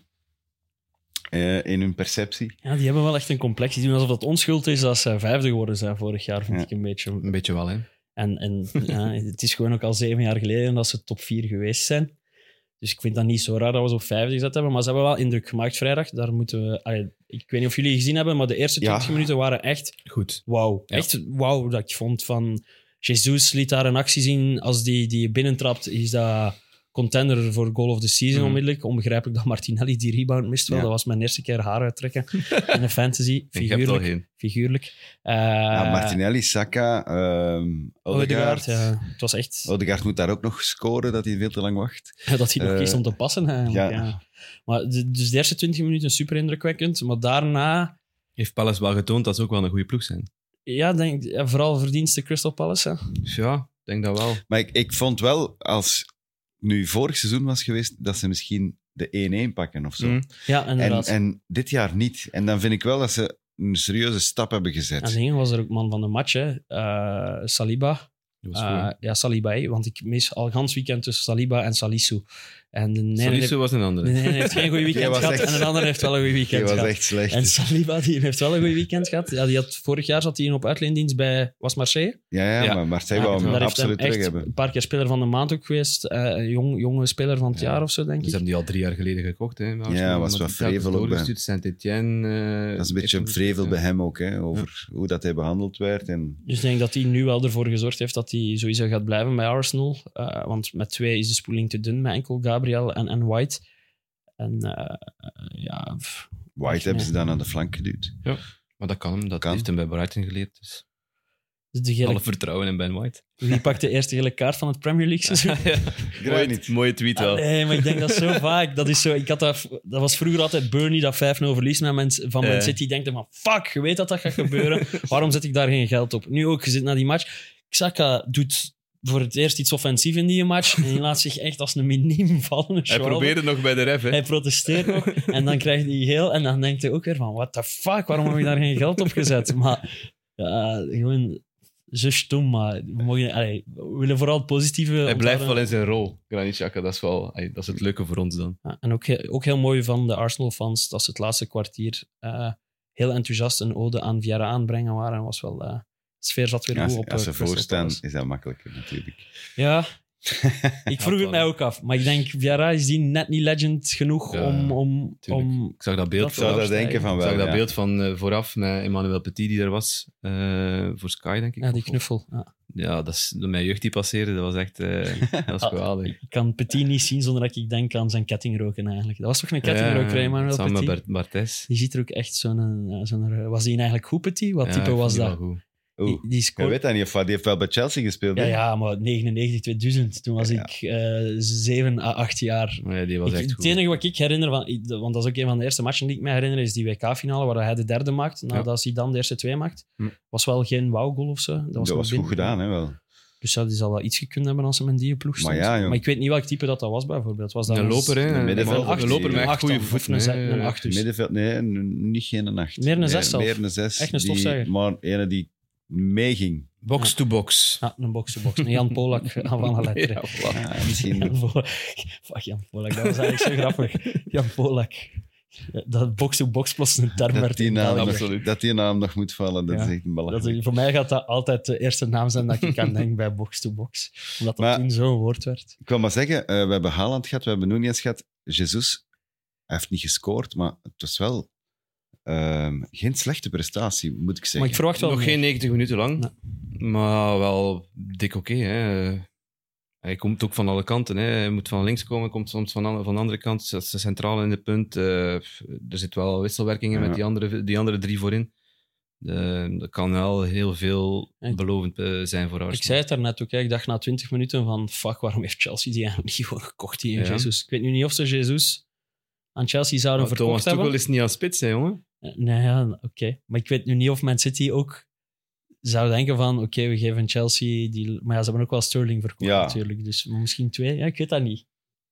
Eh, in hun perceptie. Ja, die hebben wel echt een complex. Die doen alsof dat onschuld is als zij vijfde geworden zijn vorig jaar, vind Ja. ik een beetje. Een beetje wel, hè. En, en ja, het is gewoon ook al zeven jaar geleden dat ze top vier geweest zijn. Dus ik vind dat niet zo raar dat we ze op vijfde gezet hebben. Maar ze hebben wel indruk gemaakt vrijdag. Daar moeten we... allee, ik weet niet of jullie gezien hebben, maar de eerste Ja. twintig minuten waren echt Goed. wauw. Ja. Echt wauw, dat ik vond van... Jesus liet daar een actie zien. Als die, die binnentrapt, is dat contender voor goal of the season Mhm. onmiddellijk. Onbegrijpelijk dat Martinelli die rebound mist wel. Ja. Dat was mijn eerste keer haar uittrekken in de fantasy. Ik heb er al Figuurlijk. geen. Figuurlijk. Uh, Ja, Martinelli, Saka, ehm Odegaard, Odegaard. ja. Het was echt... Odegaard moet daar ook nog scoren, dat hij veel te lang wacht. dat hij nog Eh, is om te passen eigenlijk. ja. Ja. Maar de, dus de eerste twintig minuten super indrukwekkend. Maar daarna... Heeft Palace wel getoond dat ze ook wel een goede ploeg zijn. Ja, denk, ja, vooral verdienste Crystal Palace. Hè. Dus ja, ik denk dat wel. Maar ik, ik vond wel, als nu vorig seizoen was geweest, dat ze misschien de één-één pakken of zo. Mm. Ja, En, inderdaad. en dit jaar niet. En dan vind ik wel dat ze een serieuze stap hebben gezet. En Dingen was er ook man van de match. Hè. Uh, Saliba. Dat was Uh, goed. ja, Saliba. hè, Want ik mis al gans weekend tussen Saliba en Salisu. En de ene Salisu heeft, was een andere. de ene heeft geen goed weekend was gehad echt- en de andere heeft wel een goed Die weekend was gehad. echt slecht. En Saliba die heeft wel een goed weekend gehad. Ja, die had, vorig jaar zat hij op uitleendienst bij was Marseille. Ja, ja, Ja. maar Marseille Ja, wou hem daar heeft absoluut hem terug echt hebben. een paar keer speler van de maand ook geweest. Uh, jong, jonge speler van het Ja. jaar of zo, denk Ze ik. hebben die al drie jaar geleden gekocht. Hè, Ja, was wel vrevel ook bij hem. Saint-Etienne. Dat is een beetje een vrevel bij hem ook, hè, over hoe dat hij behandeld werd. En... Dus ik denk dat hij nu wel ervoor gezorgd heeft dat hij sowieso gaat blijven bij Arsenal. Uh, want met twee is de spoeling te dun, met enkel Gabriel en, en White. En uh, ja... Pff, White echt, hebben nee. ze dan aan de flank geduwd. Maar dat kan hem. Dat Kan. heeft hem bij Brighton geleerd. Dus de gele, alle vertrouwen in Ben White. wie pakt de eerste gele kaart van het Premier League seizoen? Granit. Mooie tweet wel. Ah, nee, maar ik denk dat zo vaak. Dat, is zo, ik had dat, dat was vroeger altijd Burnley dat vijf nul verliest met Man, van Man Eh. City. Denkt van, fuck, je weet dat dat gaat gebeuren. Waarom zet ik daar geen geld op? Nu ook, je zit naar die match. Xhaka doet voor het eerst iets offensief in die match. En hij laat zich echt als een miniem vallen. Hij Schwalbe. probeerde nog bij de ref. Hè. Hij protesteert nog. En dan krijgt hij geel. En dan denkt hij ook weer van, what the fuck, waarom heb je daar geen geld op gezet? Maar ja, gewoon zo stom. Maar we, mogen, allee, we willen vooral het positieve Hij blijft onthouden. wel in zijn rol. Granit Xhaka, dat is wel ay, dat is het leuke voor ons dan. Ja, en ook heel, ook heel mooi van de Arsenal-fans dat ze het laatste kwartier uh, heel enthousiast een ode aan Vieira aanbrengen waren. Was wel, uh, de sfeer zat weer Ja, goed als, op. als uh, ze Crystal voorstaan, Palace. is dat makkelijker natuurlijk. Ja, ik vroeg het wel. mij ook af. Maar ik denk, Vieira is die net niet legend genoeg Ja, om... om, tuurlijk. om Ik zag dat beeld, Dat Ik zou dat afstijgen. denken van ik wel. zag dat ja. beeld van uh, vooraf met Emmanuel Petit die er was. Uh, voor Sky, denk ik. ja, die Of- knuffel. Ja. Ja, dat is door mijn jeugd die passeerde. Dat was echt uh, dat is geweldig. Ik kan Petit niet zien zonder dat ik denk aan zijn kettingroken eigenlijk. Dat was toch een kettingroker, hè, Manuel samen Petit? met Bart- Barthez. Die ziet er ook echt zo'n... uh, zo'n was die eigenlijk goed, Petit? Wat Ja, type ik vond was die dat? wel goed. Oeh, Die, die ik scoort... weet dat niet of wat. Die heeft wel bij Chelsea gespeeld. Ja, hè? ja, maar negenennegentig, tweeduizend. Toen was Ja. ik uh, zeven à acht jaar. Maar ja, die was Ik, echt het goed. enige wat ik herinner, van, ik- want dat is ook een van de eerste matchen die ik me herinner, is die W K-finale waar hij de derde maakt, nadat hij dan de eerste twee maakt. Hm. Was wel geen wauw-goal of zo. Dat was, Dat nog was goed binnen. gedaan, hè, wel. Dus ja, die zal wel iets gekund hebben als ze met die ploeg stond. Maar ja, jong. maar ik weet niet welk type dat, dat was bijvoorbeeld. Was dat Een loper, hè? een middenvelder. Een loper- loper met Een echt acht goede dan, of voeten. een ze- hè. een acht dus. Middenveld, nee, n- niet geen een acht. Meer een Nee, zes zelf. Meer een zes. Echt een die- stofzuiger. Maar ene die meeging. Box to box. Ja, een box-to-box. Een Jan Polak van alle letteren. Ja, voilà. Ja, misschien. Jan Polak. Fuck, Jan Polak. Dat was eigenlijk zo grappig. Jan Polak. Ja, dat box-to-box plots een term Dat werd die, in naam België. nog, Absoluut. dat die naam nog moet vallen, dat Ja. is echt een Dat, belachelijk. voor mij gaat dat altijd de eerste naam zijn dat ik aan denk bij box-to-box. Omdat dat Maar- toen zo'n woord werd. Ik wil maar zeggen, eh, we hebben Haaland gehad, we hebben Nunez gehad. Jesus, hij heeft niet gescoord, maar het was wel ehm, geen slechte prestatie, moet ik zeggen. Maar ik verwacht wel Nog meer. geen negentig minuten lang. Nee. Maar wel dik oké. hè. Hij komt ook van alle kanten. Hè. Hij moet van links komen, komt soms van, an- van de andere kant. Dat is de centrale in de punt. Eh, er zit wel wisselwerkingen Ja. met die andere, die andere drie voorin. Eh, dat kan wel heel veel Ik- belovend eh, zijn voor Arsenal. Ik zei het daarnet ook. Hè. Ik dacht na twintig minuten van fuck, waarom heeft Chelsea die eigenlijk niet gewoon gekocht, die Ja. Jesus? Ik weet nu niet of ze Jesus aan Chelsea zouden Maar verkocht Thomas hebben. Tuchel is niet aan spits, hè, jongen. Eh, Nee, ja, oké. Maar ik weet nu niet of Man City ook zou denken van oké, we geven Chelsea die... Maar ja, ze hebben ook wel Sterling verkocht Ja. natuurlijk. Dus misschien twee. Ja, ik weet dat niet.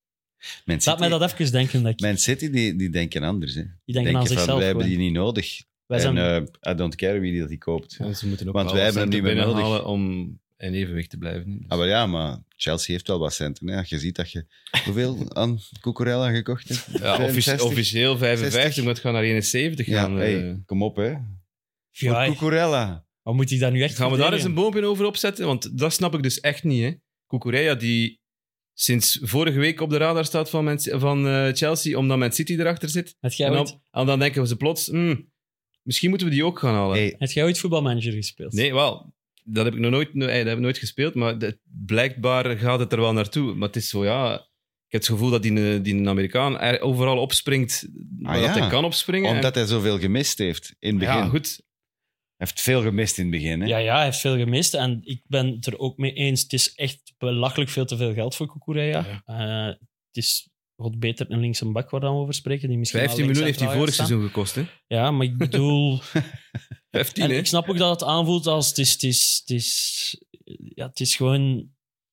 Man Laat City, mij dat even denken. Dat ik, Man City die, die denken anders. Hè. die denken aan van, zichzelf. wij hebben gewoon. die niet nodig. Wij zijn, En eh, I don't care wie die dat die koopt. Ja, ze moeten ook Want wel wij hebben hem centen niet meer nodig. binnenhalen om in evenwicht te blijven. hè. Dus- Ah, maar ja, maar Chelsea heeft wel wat centen. Hè. Je ziet dat je... Hoeveel aan Cucurella gekocht hebt? Ja, offici- vijfenzestig? officieel vijfenvijftig, zestig. maar het gaat naar eenenzeventig Ja, gaan. eh. hey, kom op, hè. Voor ja, Cucurella. wat moet ik daar nu echt Gaan we daar eens een verdedigen? boompje over opzetten? Want dat snap ik dus echt niet. Hè. Cucurella, die sinds vorige week op de radar staat van, Man- van eh, Chelsea, omdat Man City erachter zit. Heb jij En ooit, dan, en dan denken we ze plots, hmm, misschien moeten we die ook gaan halen. Hey, heb jij ooit voetbalmanager gespeeld? Nee, wel, dat heb ik nog nooit, no- eh, dat heb ik nooit gespeeld, maar dat, blijkbaar gaat het er wel naartoe. Maar het is zo, ja... Ik heb het gevoel dat die, die een Amerikaan er overal opspringt waar Ah, dat ja. hij kan opspringen. omdat hij zoveel gemist heeft in het En- begin. ja, goed. Hij heeft veel gemist in het begin. Hè. Ja, ja, hij heeft veel gemist. En ik ben het er ook mee eens. Het is echt belachelijk veel te veel geld voor Cucurella. Eh, het is wat beter een linkse bak waar we dan over spreken. Die misschien vijftien wel miljoen heeft hij links vorig centraal gaat seizoen gekost. Hè? staan. Ja, maar ik bedoel... vijftien, en hè? ik snap ook dat het aanvoelt als... Het is, het is, het is, ja, het is gewoon...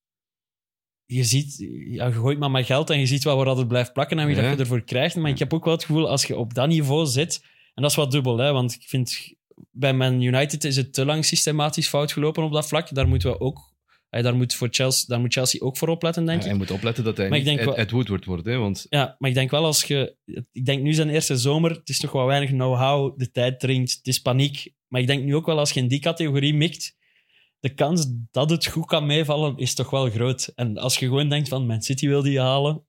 Je ziet... Ja, je gooit maar met geld en je ziet wel waar dat het blijft plakken en wie Ja. dat je ervoor krijgt. Maar ik heb ook wel het gevoel, als je op dat niveau zit... En dat is wat dubbel, hè, want ik vind... Bij Man United is het te lang systematisch fout gelopen op dat vlak. Daar moeten we ook Allee, daar, moet voor Chelsea, daar moet Chelsea ook voor opletten, denk Ja, ik. hij moet opletten dat hij Maar ik niet denk Ed, wel- Ed Woodward wordt. Hè, want Ja, maar ik denk wel als je... Ik denk nu zijn eerste zomer, het is toch wel weinig know-how, de tijd dringt, het is paniek. Maar ik denk nu ook wel als je in die categorie mikt, de kans dat het goed kan meevallen is toch wel groot. En als je gewoon denkt van, Man City wil die halen...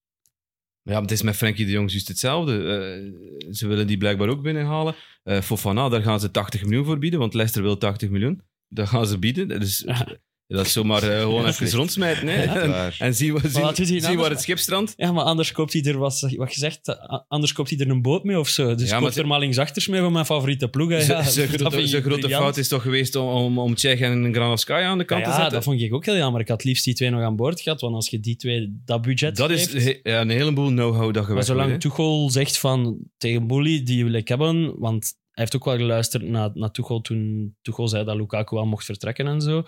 ja, maar het is met Frenkie de Jong juist hetzelfde. Uh, ze willen die blijkbaar ook binnenhalen. Uh, Fofana, daar gaan ze tachtig miljoen voor bieden, want Leicester wil tachtig miljoen. Dat gaan ze bieden. Dus, dat is zomaar uh, gewoon even rondsmijten. Hè. Ja, en zien, wat zien, doet hij zien nou? waar het schip strandt. Ja, maar anders koopt hij er, wat, wat je zegt, a- anders koopt hij er een boot mee of zo. Dus Ja, ja, maar koopt er maar linksachters mee van mijn favoriete ploeg. hè. Ja, Zijn dat vind grote, ik zijn grote briljant. fout is toch geweest om, om, om Tsjech en Granovskaya aan de kant Ja, te ja, zetten. dat vond ik ook heel jammer. Ik had liefst die twee nog aan boord gehad, want als je die twee dat budget Dat is geeft... he- ja, een heleboel know-how dat je Maar weg zolang wil, hè. Tuchel zegt van tegen Bully, die wil ik hebben, want hij heeft ook wel geluisterd naar, naar Tuchel toen Tuchel zei dat Lukaku al mocht vertrekken en zo.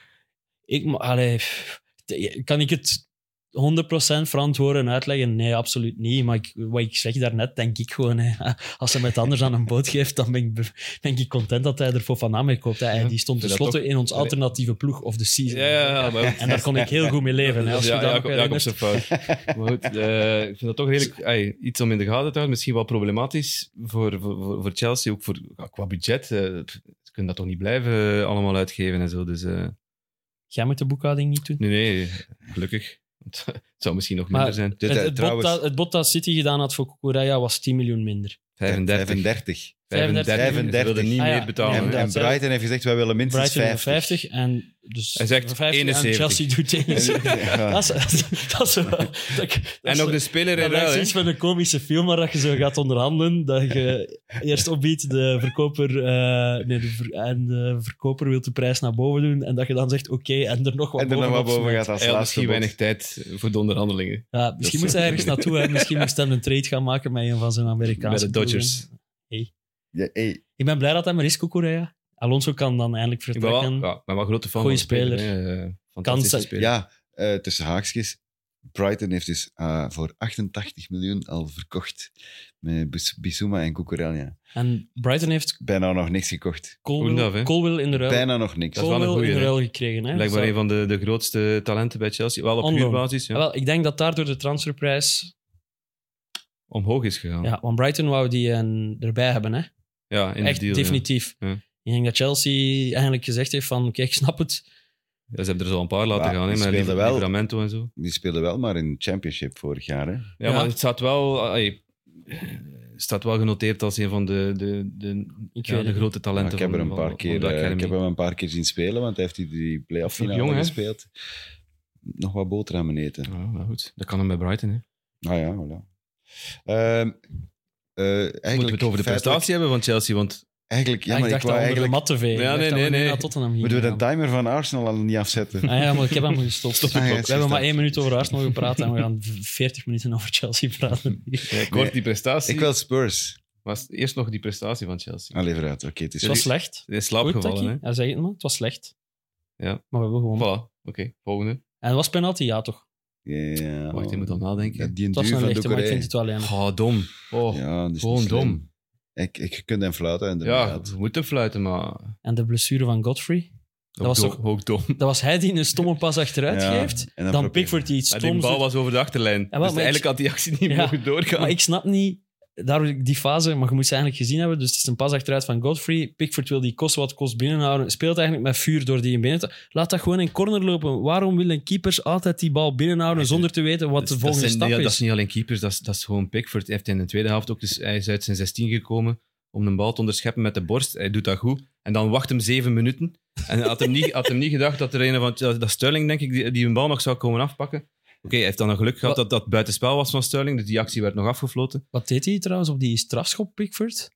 Ik, maar, allee, kan ik het honderd procent verantwoorden en uitleggen? Nee, absoluut niet. Maar ik, wat ik zeg daarnet, denk ik gewoon, hè, als hij met anders aan een boot geeft, dan ben ik, be- ben ik content dat hij er Fofana mee koopt. Hè. Ja, Die stond vind dat tenslotte toch- in ons alternatieve ploeg of de season. Ja, ja, ja, maar En daar kon ik heel goed mee leven. Hè, als je ja, dat Jacob, nog Jacob herinnert. zijn fout. Maar goed, eh, ik vind dat toch redelijk ey, iets om in de gaten te houden. Misschien wel problematisch voor, voor, voor voor Chelsea, ook voor, ja, qua budget. eh, ze kunnen dat toch niet blijven eh, allemaal uitgeven en zo. Dus eh, Jij moet de boekhouding niet doen. nee, nee, gelukkig. Het zou misschien nog minder Maar zijn. Dit, Het, eh, het, bod trouwens, dat, het bod dat City gedaan had voor Kukureya was tien miljoen minder. vijfendertig. vijfendertig. vijfendertig. Ze wilden niet Ah, ja. meer betalen. Ja, En, hè. inderdaad. en Brighton heeft gezegd, wij willen minstens Brighton heeft vijftig. vijftig en dus Hij zegt vijftig eenenzeventig. En Chelsea doet eenenzeventig. Ja. Dat is, dat is, dat, dat En nog de speler dat in lijkt ruil. hè. iets van een komische film waar dat je zo gaat onderhandelen. Dat je eerst opbiedt, de verkoper, eh, nee, de ver- en de verkoper wil de prijs naar boven doen. En dat je dan zegt oké, en er nog wat En er nog bovenop wat boven smijt. gaat als Hij had laatste misschien bod. weinig tijd voor de onderhandelingen. Ja, misschien Dat moest hij ergens naartoe. Hè. Misschien moest hij een trade gaan maken met een van zijn Amerikaanse Bij de Dodgers. ploegen. Ja, hey, Ik ben blij dat hij maar is, Kukureya. Alonso kan dan eindelijk Ik ben wel, vertrekken. ja, ik ben wel grote fan Goeie van de speler. speler. hè. Eh, Fantastische Kansen. speler. ja, eh, tussen haakjes. Brighton heeft dus uh, voor achtentachtig miljoen al verkocht. Met Bis- Bissouma en Cucurella. En Brighton heeft Bijna nog niks gekocht. Goedendag, hè. Colwill, Colwill in de ruil, Bijna nog niks. Dat is wel een Colwill in goeie, de hè. ruil gekregen. Hè? Blijkbaar Zo- een van de, de grootste talenten bij Chelsea. Wel op On loan. huurbasis. Ja. Ja, wel, ik denk dat daardoor de transferprijs... Omhoog is gegaan. Ja, want Brighton wou die een, erbij hebben. Hè? Ja, in Echt de deal. ja. definitief. Ja. Ik denk dat Chelsea eigenlijk gezegd heeft van... Kijk, ik snap het. Ja, ze hebben er zo een paar laten Ja, gaan, hè, die met speelden Liv- wel. Livramento en zo. Die speelde wel maar in Championship vorig jaar. Hè? Ja, Ja. maar het staat wel, ay, het staat wel genoteerd als een van de, de, de, Ik ja, weet de het. grote Maar talenten ik heb, er van, een van- paar van keer, de eh, ik Academy. heb hem een paar keer zien spelen, want hij heeft die, die play-off Nog finale jong, hè? gespeeld. Nog wat boterhammen eten. Ja, nou goed. Dat kan hem bij Brighton. Hè. Nou ja, voilà. Ehm, eh, eigenlijk Moeten we het over de feitelijk- prestatie hebben van Chelsea? Want Eigenlijk, ja, Ja, maar ik ik dacht wou dat we onder de eigenlijk... mat te vegen. Ja, Ik dacht nee, dat we nee, nu nee. naar Tottenham gingen Moeten we de gaan. timer van Arsenal al niet afzetten? Ah ja, maar ik heb hem gestopt. Ah, ja, we juist, hebben maar dat. één minuut over Arsenal gepraat en we gaan veertig minuten over Chelsea praten. ja, kort, die prestatie. Ik wil Spurs. Was eerst nog die prestatie van Chelsea. Allee, vooruit. Oké, het is Het was slecht. In slaap Goed, gevallen, Taki. hè? Ja, zeg het maar. Het was slecht. Ja. Maar we hebben gewonnen. Voilà. Oké, volgende. En het was penalty, ja toch? Ja, Wacht, je moet dan nadenken. Ja, die een Het was duw een van lichte, maar ik Doucouré. vind het wel lenig. Oh, dom. Oh. Ja, dat is Gewoon niet slim. dom. Ik, ik kunt hem fluiten, Ja, inderdaad. we moeten fluiten, maar En de blessure van Godfrey. ook, was dom, toch- ook dom. Dat was hij die een stomme pas achteruit Ja, geeft. en dan Dan, probeer- Pickford die iets Maar die stoms bal doet. was over de achterlijn. wel, dus maar eigenlijk ik- had die actie niet Ja, mogen doorgaan. Maar ik snap niet... Daar die fase, maar je moet ze eigenlijk gezien hebben. Dus het is een pas achteruit van Godfrey. Pickford wil die kost wat kost binnenhouden. Speelt eigenlijk met vuur door die in binnen te... Laat dat gewoon in corner lopen. Waarom willen keepers altijd die bal binnenhouden zonder te weten wat Dus de volgende dat zijn, stap ja, is? Dat is niet alleen keepers, dat is, dat is gewoon Pickford. Hij heeft in de tweede helft ook, dus hij is uit zijn zestien gekomen om een bal te onderscheppen met de borst. Hij doet dat goed. En dan wacht hem zeven minuten. En hij had hem niet, had hem niet gedacht dat er een van... Dat Sterling, denk ik, die, die een bal nog zou komen afpakken. Oké, hij heeft dan nog geluk gehad dat dat buitenspel was van Sterling. Dus die actie werd nog afgefloten. Wat deed hij trouwens op die strafschop, Pickford?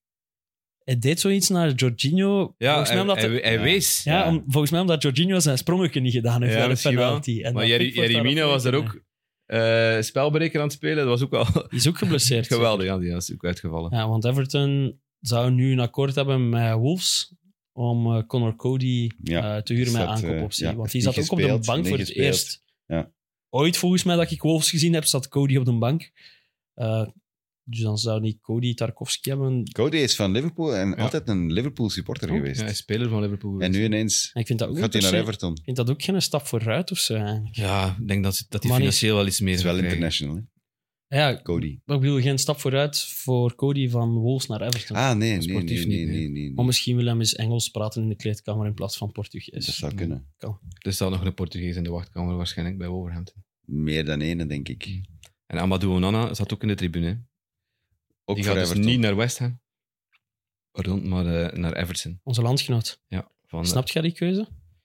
Hij deed zoiets naar Jorginho. Ja, volgens mij hij, omdat hij, de- hij Ja. wees. ja, om- volgens mij omdat Jorginho zijn sprongetje niet gedaan heeft Ja, bij de misschien wel. penalty. En Maar dat Jerry, Pickford Jerry daarop Mina was er rekende. ook uh, spelbreker aan het spelen. Dat was ook wel Die is ook geblesseerd. geweldig. Ja, die is ook uitgevallen. Ja, want Everton zou nu een akkoord hebben met Wolves om uh, Connor Cody Ja, uh, te huren met zat, aankoopoptie. uh, ja, want die niet zat ook op de gespeeld, bank niet voor het gespeeld. eerst. Ja. Ooit volgens mij dat ik Wolves gezien heb, zat Cody op de bank. Uh, Dus dan zou die Cody Tarkovsky hebben. Cody is van Liverpool en Ja. altijd een Liverpool supporter Oh, geweest. ja, hij is speler van Liverpool En geweest. nu ineens En ik vind dat ook gaat hij niet naar per se- Everton. Ik vind dat ook geen stap vooruit of zo, eigenlijk. Ja, ik denk dat, ze- dat hij Maar niet- financieel wel iets meer Het is wel gaat krijgen. international, hè? Ja, Cody. maar ik bedoel, geen stap vooruit voor Cody van Wolves naar Everton. Ah, nee, nee, Sportief nee, nee, niet, nee. nee, nee, nee. Maar misschien wil hij eens Engels praten in de kleedkamer in plaats van Portugees. Dat zou kunnen. Er staat nog een Portugees in de wachtkamer waarschijnlijk bij Wolverhampton. Meer dan ene, denk ik. En Amadou Onana zat ook in de tribune. Hè. Ook Die voor gaat dus Everton. niet naar West Ham, pardon, maar eh, naar Everton. Onze landgenoot. Ja, van, Snapt jij die keuze?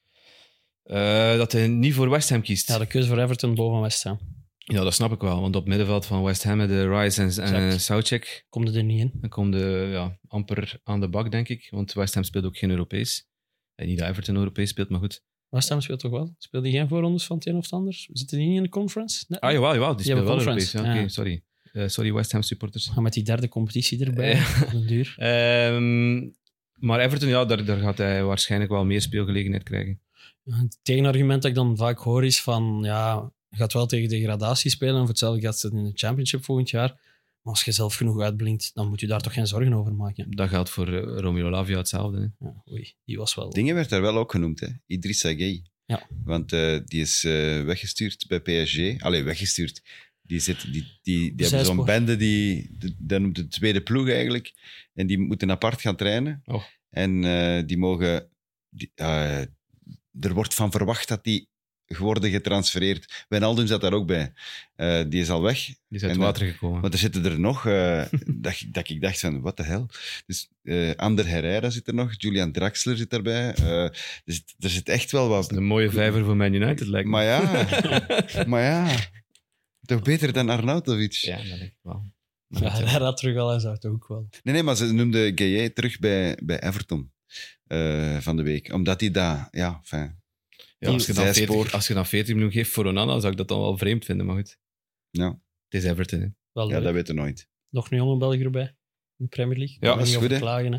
eh, dat hij niet voor West Ham kiest. Ja, de keuze voor Everton boven West Ham. Ja, dat snap ik wel. Want op het middenveld van West Ham met de Rice en, en Exact. Soucek, Komt er niet in. dan komt de ja, amper aan de bak, denk ik. Want West Ham speelt ook geen Europees. En niet dat Everton Europees speelt, maar goed. West Ham speelt toch wel? Speelt die geen voorrondes van het een of het ander? Zitten die niet in de conference? Nee. Ah, jawel, jawel die Die speelt wel hebben Europees. Ja, conference, oké, ja. sorry. Eh, sorry, West Ham supporters. Gaan met die derde competitie erbij. Ja. op den duur. Ehm, maar Everton, ja, daar, daar gaat hij waarschijnlijk wel meer speelgelegenheid krijgen. Het tegenargument dat ik dan vaak hoor is van, ja, je gaat wel tegen degradatie spelen en voor hetzelfde gaat het in de championship volgend jaar. Maar als je zelf genoeg uitblinkt, dan moet je daar toch geen zorgen over maken. Dat geldt voor eh, Romeo Lavia hetzelfde. Hè. Ja, oei, die was wel... Dingen werd daar wel ook genoemd, hè? Idrissa Gueye. Ja. Want eh, die is eh, weggestuurd bij P S G. Allee, weggestuurd. Die, zit, die, die, die hebben Zijspoor. zo'n bende, die, de- dat noemt de tweede ploeg eigenlijk. En die moeten apart gaan trainen. Oh. En eh, die mogen... Die, eh, er wordt van verwacht dat die worden getransfereerd. Wijnaldum zat daar ook bij. Eh, die is al weg. Die is uit En, het water gekomen. Want er zitten er nog, eh, dat, dat ik dacht van, what the hell. Dus eh, Ander Herrera zit er nog, Julian Draxler zit erbij. Eh, dus er zit echt wel wat... Een mooie vijver voor Man United, lijkt me. Maar ja, maar ja. Toch beter dan Arnautovic. Ja, dat denk ik wel. Ja, hij had terug al en zou het ook wel. Nee, nee, maar ze noemde Gueye terug bij, bij Everton eh, van de week. Omdat hij daar, ja, fijn. Ja, als, je dan Zijspoor. veertig, als je dan veertig miljoen geeft voor Onana, zou ik dat dan wel vreemd vinden, maar goed. Ja, Het is Everton, hè. Wel ja leuk. dat weten we nooit. Nog een jonge Belg erbij in de Premier League. Ja, Daar dat is niet goed, over hè. klagen, hè.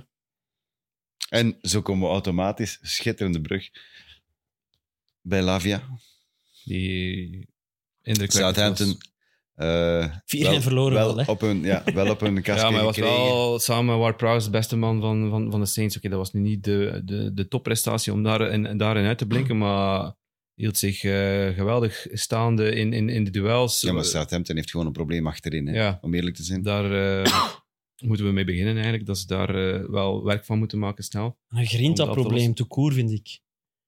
En zo komen we automatisch, schitterende brug, bij Lavia. Die indrukwekkend Southampton. was. eh, vier één verloren wel, hè. Op een, ja, wel op een kastje Ja, maar hij was gekregen. wel samen met Ward Prowse de beste man van, van, van de Saints. Oké, dat was nu niet de, de, de topprestatie om daarin, daarin uit te blinken, maar hield zich eh, geweldig staande in, in, in de duels. Ja, maar Southampton heeft gewoon een probleem achterin, hè, Ja. om eerlijk te zijn. Daar eh, moeten we mee beginnen eigenlijk, dat ze daar eh, wel werk van moeten maken snel. Een Om dat Grinta-probleem, te te koer, vind ik.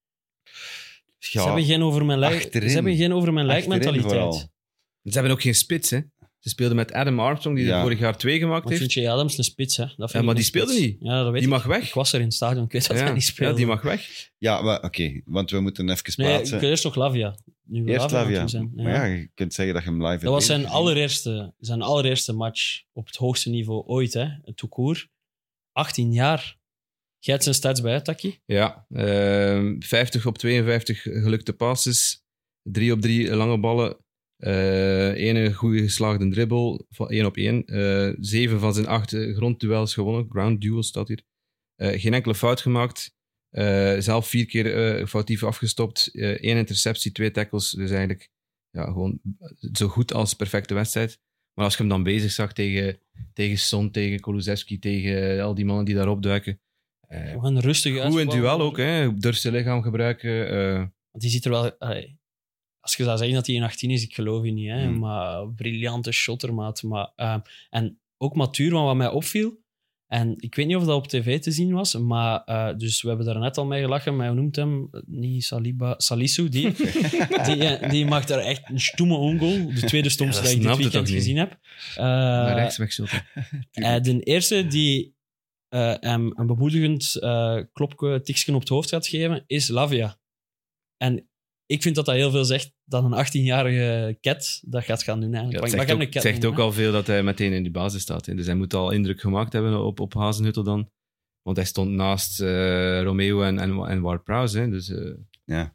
Ja, Ze hebben geen over mijn lijk, achterin. ze hebben geen over mijn lijk Achterin mentaliteit. vooral. Ze hebben ook geen spits, hè. Ze speelden met Adam Armstrong, die Ja. er vorig jaar twee gemaakt Want heeft. vind je Adams een spits, hè? Dat vind Ja, ik maar een die speelde spits. niet. Ja, dat weet Die ik. mag weg. Ik was er in het stadion, ik weet dat ja, hij niet speelde. ja, die mag weg. Ja, maar oké, want we moeten even Nee, ik plaatsen. wil eerst nog Lavia. Nu we Eerst Lavia aan Lavia. het doen zijn. Maar ja, je kunt zeggen dat je hem live hebt Dat was zijn gezien. allereerste, zijn allereerste match op het hoogste niveau ooit, hè? Het toekoer. achttien jaar. Jij hebt zijn stats bij, hè, Taki? Ja, ehm, vijftig op tweeënvijftig gelukte passes, drie op drie lange ballen, eh ene goede geslaagde dribbel, van één op één, eh, zeven van zijn acht eh, grondduels gewonnen, ground duels staat hier. Eh, geen enkele fout gemaakt, eh, zelf vier keer eh, foutief afgestopt, eh, één interceptie, twee tackles, dus eigenlijk ja, gewoon zo goed als perfecte wedstrijd. Maar als je hem dan bezig zag tegen, tegen Son, tegen Kulusevski, tegen al die mannen die daarop duiken, eh, Gewoon een rustige goed in uitspel. duel ook, hè. Durft zijn lichaam gebruiken. eh, Want die ziet er wel... allee, als je zou zeggen dat hij in achttien is, ik geloof je niet. Hè? Hmm. Maar briljante shottermaat. Maar, eh, en ook matuur, want wat mij opviel... En ik weet niet of dat op tv te zien was, maar uh, dus we hebben daar net al mee gelachen, maar hoe noemt hem? Niet Saliba, Salisu, die, die, die maakt daar echt een stoeme ongoal. De tweede stomste Ja, dat dat ik dit snapte weekend toch niet? gezien heb. Uh, naar rechts wegschoten. uh, de eerste die uh, hem een bemoedigend uh, klopje, tikje op het hoofd gaat geven, is Lavia. En ik vind dat dat heel veel zegt dat een achttienjarige cat dat gaat gaan doen. Ja, Eigenlijk. het Mag zegt hem ook, een cat zegt noemen, ook al veel dat hij meteen in die basis staat. Hè. Dus hij moet al indruk gemaakt hebben op, op Hazenhüttl dan. Want hij stond naast uh, Romeo en, en, en Ward Prowse. Hè. Dus uh, Ja.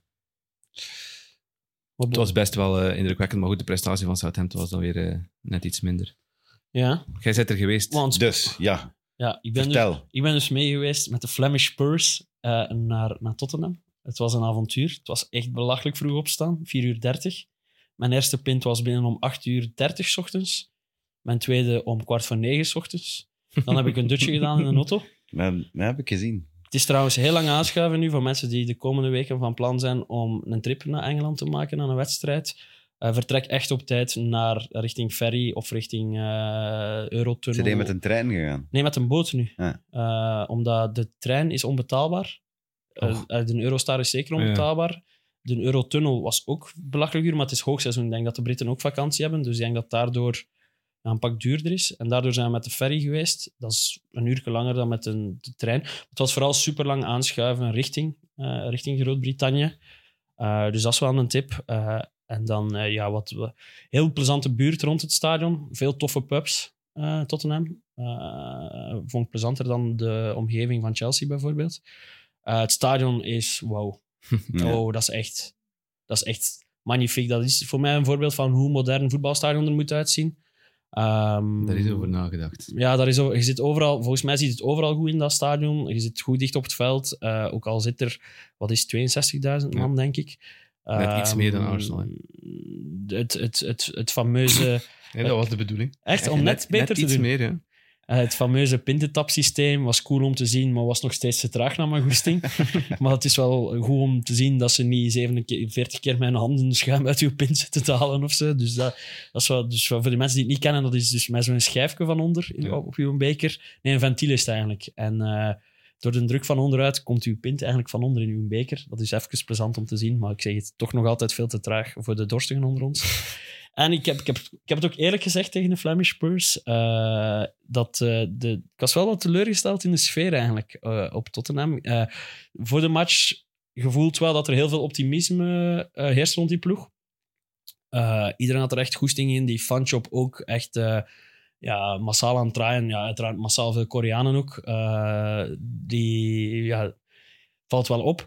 het was best wel uh, indrukwekkend. Maar goed, de prestatie van Southampton was dan weer uh, net iets minder. Ja. Jij bent er geweest. Want, Dus, ja. ja ik, ben Vertel. dus, ik ben dus mee geweest met de Flemish Spurs uh, naar, naar Tottenham. Het was een avontuur. Het was echt belachelijk vroeg opstaan. vier uur dertig. Mijn eerste pint was binnen om acht uur dertig 's ochtends. Mijn tweede om kwart voor negen 's ochtends. Dan heb ik een dutje gedaan in een auto. Dat, dat heb ik gezien. Het is trouwens heel lang aanschuiven nu voor mensen die de komende weken van plan zijn om een trip naar Engeland te maken aan een wedstrijd. Uh, vertrek echt op tijd naar richting ferry of richting uh, Eurotunnel. Zijn die met een trein gegaan? Nee, met een boot nu. Ah. Uh, omdat de trein is onbetaalbaar. Uh, uh, de Eurostar is zeker onbetaalbaar. Ja. De Eurotunnel was ook belachelijk duur, maar het is hoogseizoen. Ik denk dat de Britten ook vakantie hebben, dus ik denk dat daardoor een pak duurder is. En daardoor zijn we met de ferry geweest. Dat is een uur langer dan met een, de trein. Het was vooral super lang aanschuiven richting, uh, richting Groot-Brittannië. Uh, dus dat is wel een tip. Uh, en dan, uh, ja, wat we, heel plezante buurt rond het stadion. Veel toffe pubs, uh, Tottenham. Uh, vond ik plezanter dan de omgeving van Chelsea bijvoorbeeld. Uh, het stadion is wauw. Ja. Oh, dat is echt, dat is echt magnifiek. Dat is voor mij een voorbeeld van hoe modern een voetbalstadion er moet uitzien. Um, Daar is over nagedacht. Ja, daar is over, je zit overal, volgens mij ziet het overal goed in dat stadion. Je zit goed dicht op het veld. Uh, ook al zit er, wat is tweeënzestigduizend man, ja. denk ik. Net um, iets meer dan Arsenal. Het, het, het, het fameuze... Ja, dat was de bedoeling. Echt, om net, net beter net te iets doen. Meer, ja. Uh, het fameuze pintentapsysteem was cool om te zien, maar was nog steeds te traag naar mijn goesting. Maar het is wel goed om te zien dat ze niet zevenenveertig keer mijn handen schuim uit uw pint zitten te halen of zo. Dus, dat, dat is wel, dus voor de mensen die het niet kennen, dat is dus met zo'n schijfje van onder in, ja. op uw beker. Nee, een ventiel is het eigenlijk. En uh, door de druk van onderuit komt uw pint eigenlijk van onder in uw beker. Dat is even plezant om te zien, maar ik zeg het toch nog altijd veel te traag voor de dorstigen onder ons. En ik heb, ik, heb, ik heb het ook eerlijk gezegd tegen de Flemish Spurs. Uh, dat, uh, de, ik was wel wat teleurgesteld in de sfeer eigenlijk uh, op Tottenham. Uh, voor de match gevoeld wel dat er heel veel optimisme uh, heerst rond die ploeg. Uh, iedereen had er echt goesting in. Die fanshop ook echt uh, ja, massaal aan het draaien. Ja, uiteraard massaal veel Koreanen ook. Uh, die ja, valt wel op.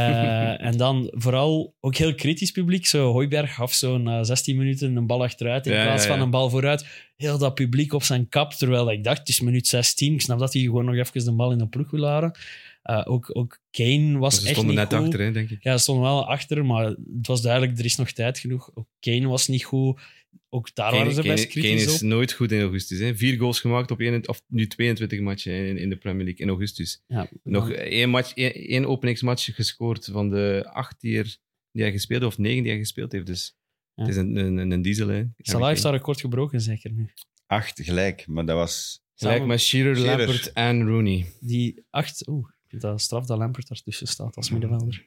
Uh, en dan vooral ook heel kritisch publiek. Zo Hooiberg gaf zo na zestien minuten een bal achteruit in ja, plaats ja, ja. van een bal vooruit. Heel dat publiek op zijn kap. Terwijl ik dacht, het is minuut zestien. Ik snap dat hij gewoon nog even de bal in de ploeg wil houden. Uh, ook, ook Kane was echt niet goed. Ze stonden net achter, hè, denk ik. Ja, ze stonden wel achter, maar het was duidelijk, er is nog tijd genoeg. Ook Kane was niet goed. Ook daar Kane, waren ze best Kane, kritisch Kane is op. nooit goed in augustus. Hè. Vier goals gemaakt op één, of nu tweeëntwintig matchen in, in de Premier League in augustus. Ja, Nog dan... één, match, één, één openingsmatch gescoord van de acht keer die hij gespeeld heeft, of negen die hij gespeeld heeft. Dus ja. Het is een, een, een diesel. Hè. Salah heeft dat record gebroken, zeker nu. Acht gelijk, maar dat was... Gelijk Samen... met Shearer, Shearer, Lampert en Rooney. Die acht... Oeh, dat straf dat Lampert daartussen staat als middenvelder.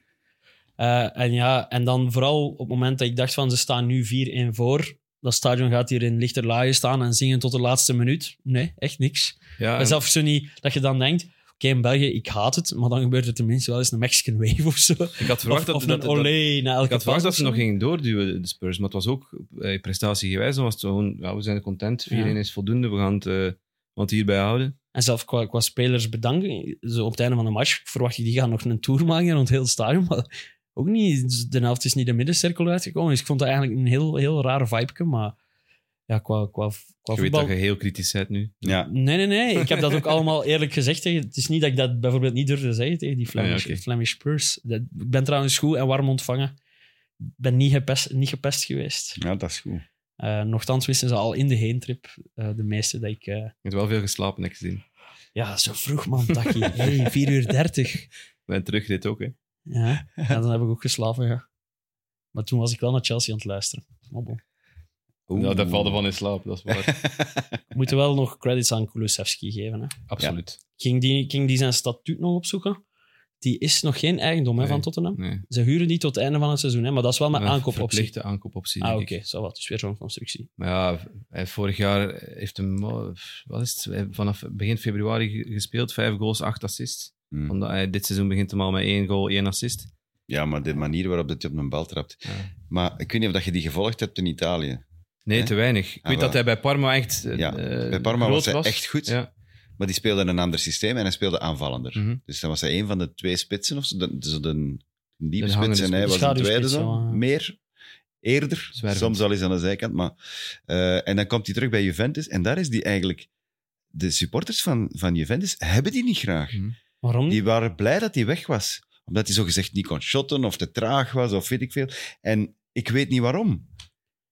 Uh, en ja, en dan vooral op het moment dat ik dacht van ze staan nu vier-één voor... Dat stadion gaat hier in lichterlaaien staan en zingen tot de laatste minuut. Nee, echt niks. Ja, en... Zelfs zo niet dat je dan denkt... Oké, okay, in België, ik haat het, maar dan gebeurt er tenminste wel eens een Mexican wave of zo. Ik had verwacht of, dat, of een olé na elke Ik had verwacht dat ze zo. nog gingen doorduwen, de Spurs. Maar het was ook eh, prestatiegewijs. Dan was het gewoon, ja, we zijn content. vier-één ja. is voldoende. We gaan het, uh, het hierbij houden. En zelfs qua, qua spelers bedanken. Zo op het einde van de match verwacht je, die gaan nog een tour maken rond heel het stadion. Maar ook niet. De helft is niet de middencirkel uitgekomen. Dus ik vond dat eigenlijk een heel, heel raar vibe. Maar ja, qua, qua, qua je voetbal... weet dat je heel kritisch bent nu. Ja. Nee, nee, nee. Ik heb dat ook allemaal eerlijk gezegd. Tegen, het is niet dat ik dat bijvoorbeeld niet durfde zeggen tegen die Flemish, ja, okay. Flemish Spurs. Dat, ik ben trouwens goed en warm ontvangen. Ik ben niet gepest, niet gepest geweest. Ja, dat is goed. Uh, nochtans wisten ze al in de heentrip, uh, de meeste, dat ik... Uh... Je hebt wel veel geslapen, heb ik gezien. Ja, zo vroeg, man, Taki. Hey, vier uur dertig. Mijn terugrit ook, hè. Ja, ja, dan heb ik ook geslapen, ja. Maar toen was ik wel naar Chelsea aan het luisteren. Oh, bon. Nou, dat valt van in slaap, dat is waar. We moeten wel nog credits aan Kulusevski geven. Hè? Absoluut. Ja. Ging, die, ging die zijn statuut nog opzoeken? Die is nog geen eigendom nee, hè, van Tottenham. Nee. Ze huren die tot het einde van het seizoen, hè? Maar dat is wel met ja, aankoopoptie. Verplichte aankoopoptie, Ah, denk oké. ik. Zo wat. Dus weer zo'n constructie. Maar ja, hij vorig jaar heeft hem, wat is het, vanaf begin februari gespeeld. Vijf goals, acht assists. Hmm. Omdat hij dit seizoen begint hem al met één goal, één assist. Ja, maar de manier waarop hij op een bal trapt. Ja. Maar ik weet niet of je die gevolgd hebt in Italië. Nee, He? te weinig. Ik ah, weet dat hij bij Parma echt ja, uh, bij Parma was hij was. echt goed. Ja. Maar die speelde een ander systeem en hij speelde aanvallender. Mm-hmm. Dus dan was hij een van de twee spitsen of zo. De, de, de diepe spits en hij was de tweede zo. zo Meer, eerder. Zwervend. Soms al eens aan de zijkant. Maar, uh, en dan komt hij terug bij Juventus en daar is die eigenlijk... De supporters van, van Juventus hebben die niet graag. Mm-hmm. Waarom niet? Die waren blij dat hij weg was. Omdat hij zogezegd niet kon shotten of te traag was of weet ik veel. En ik weet niet waarom.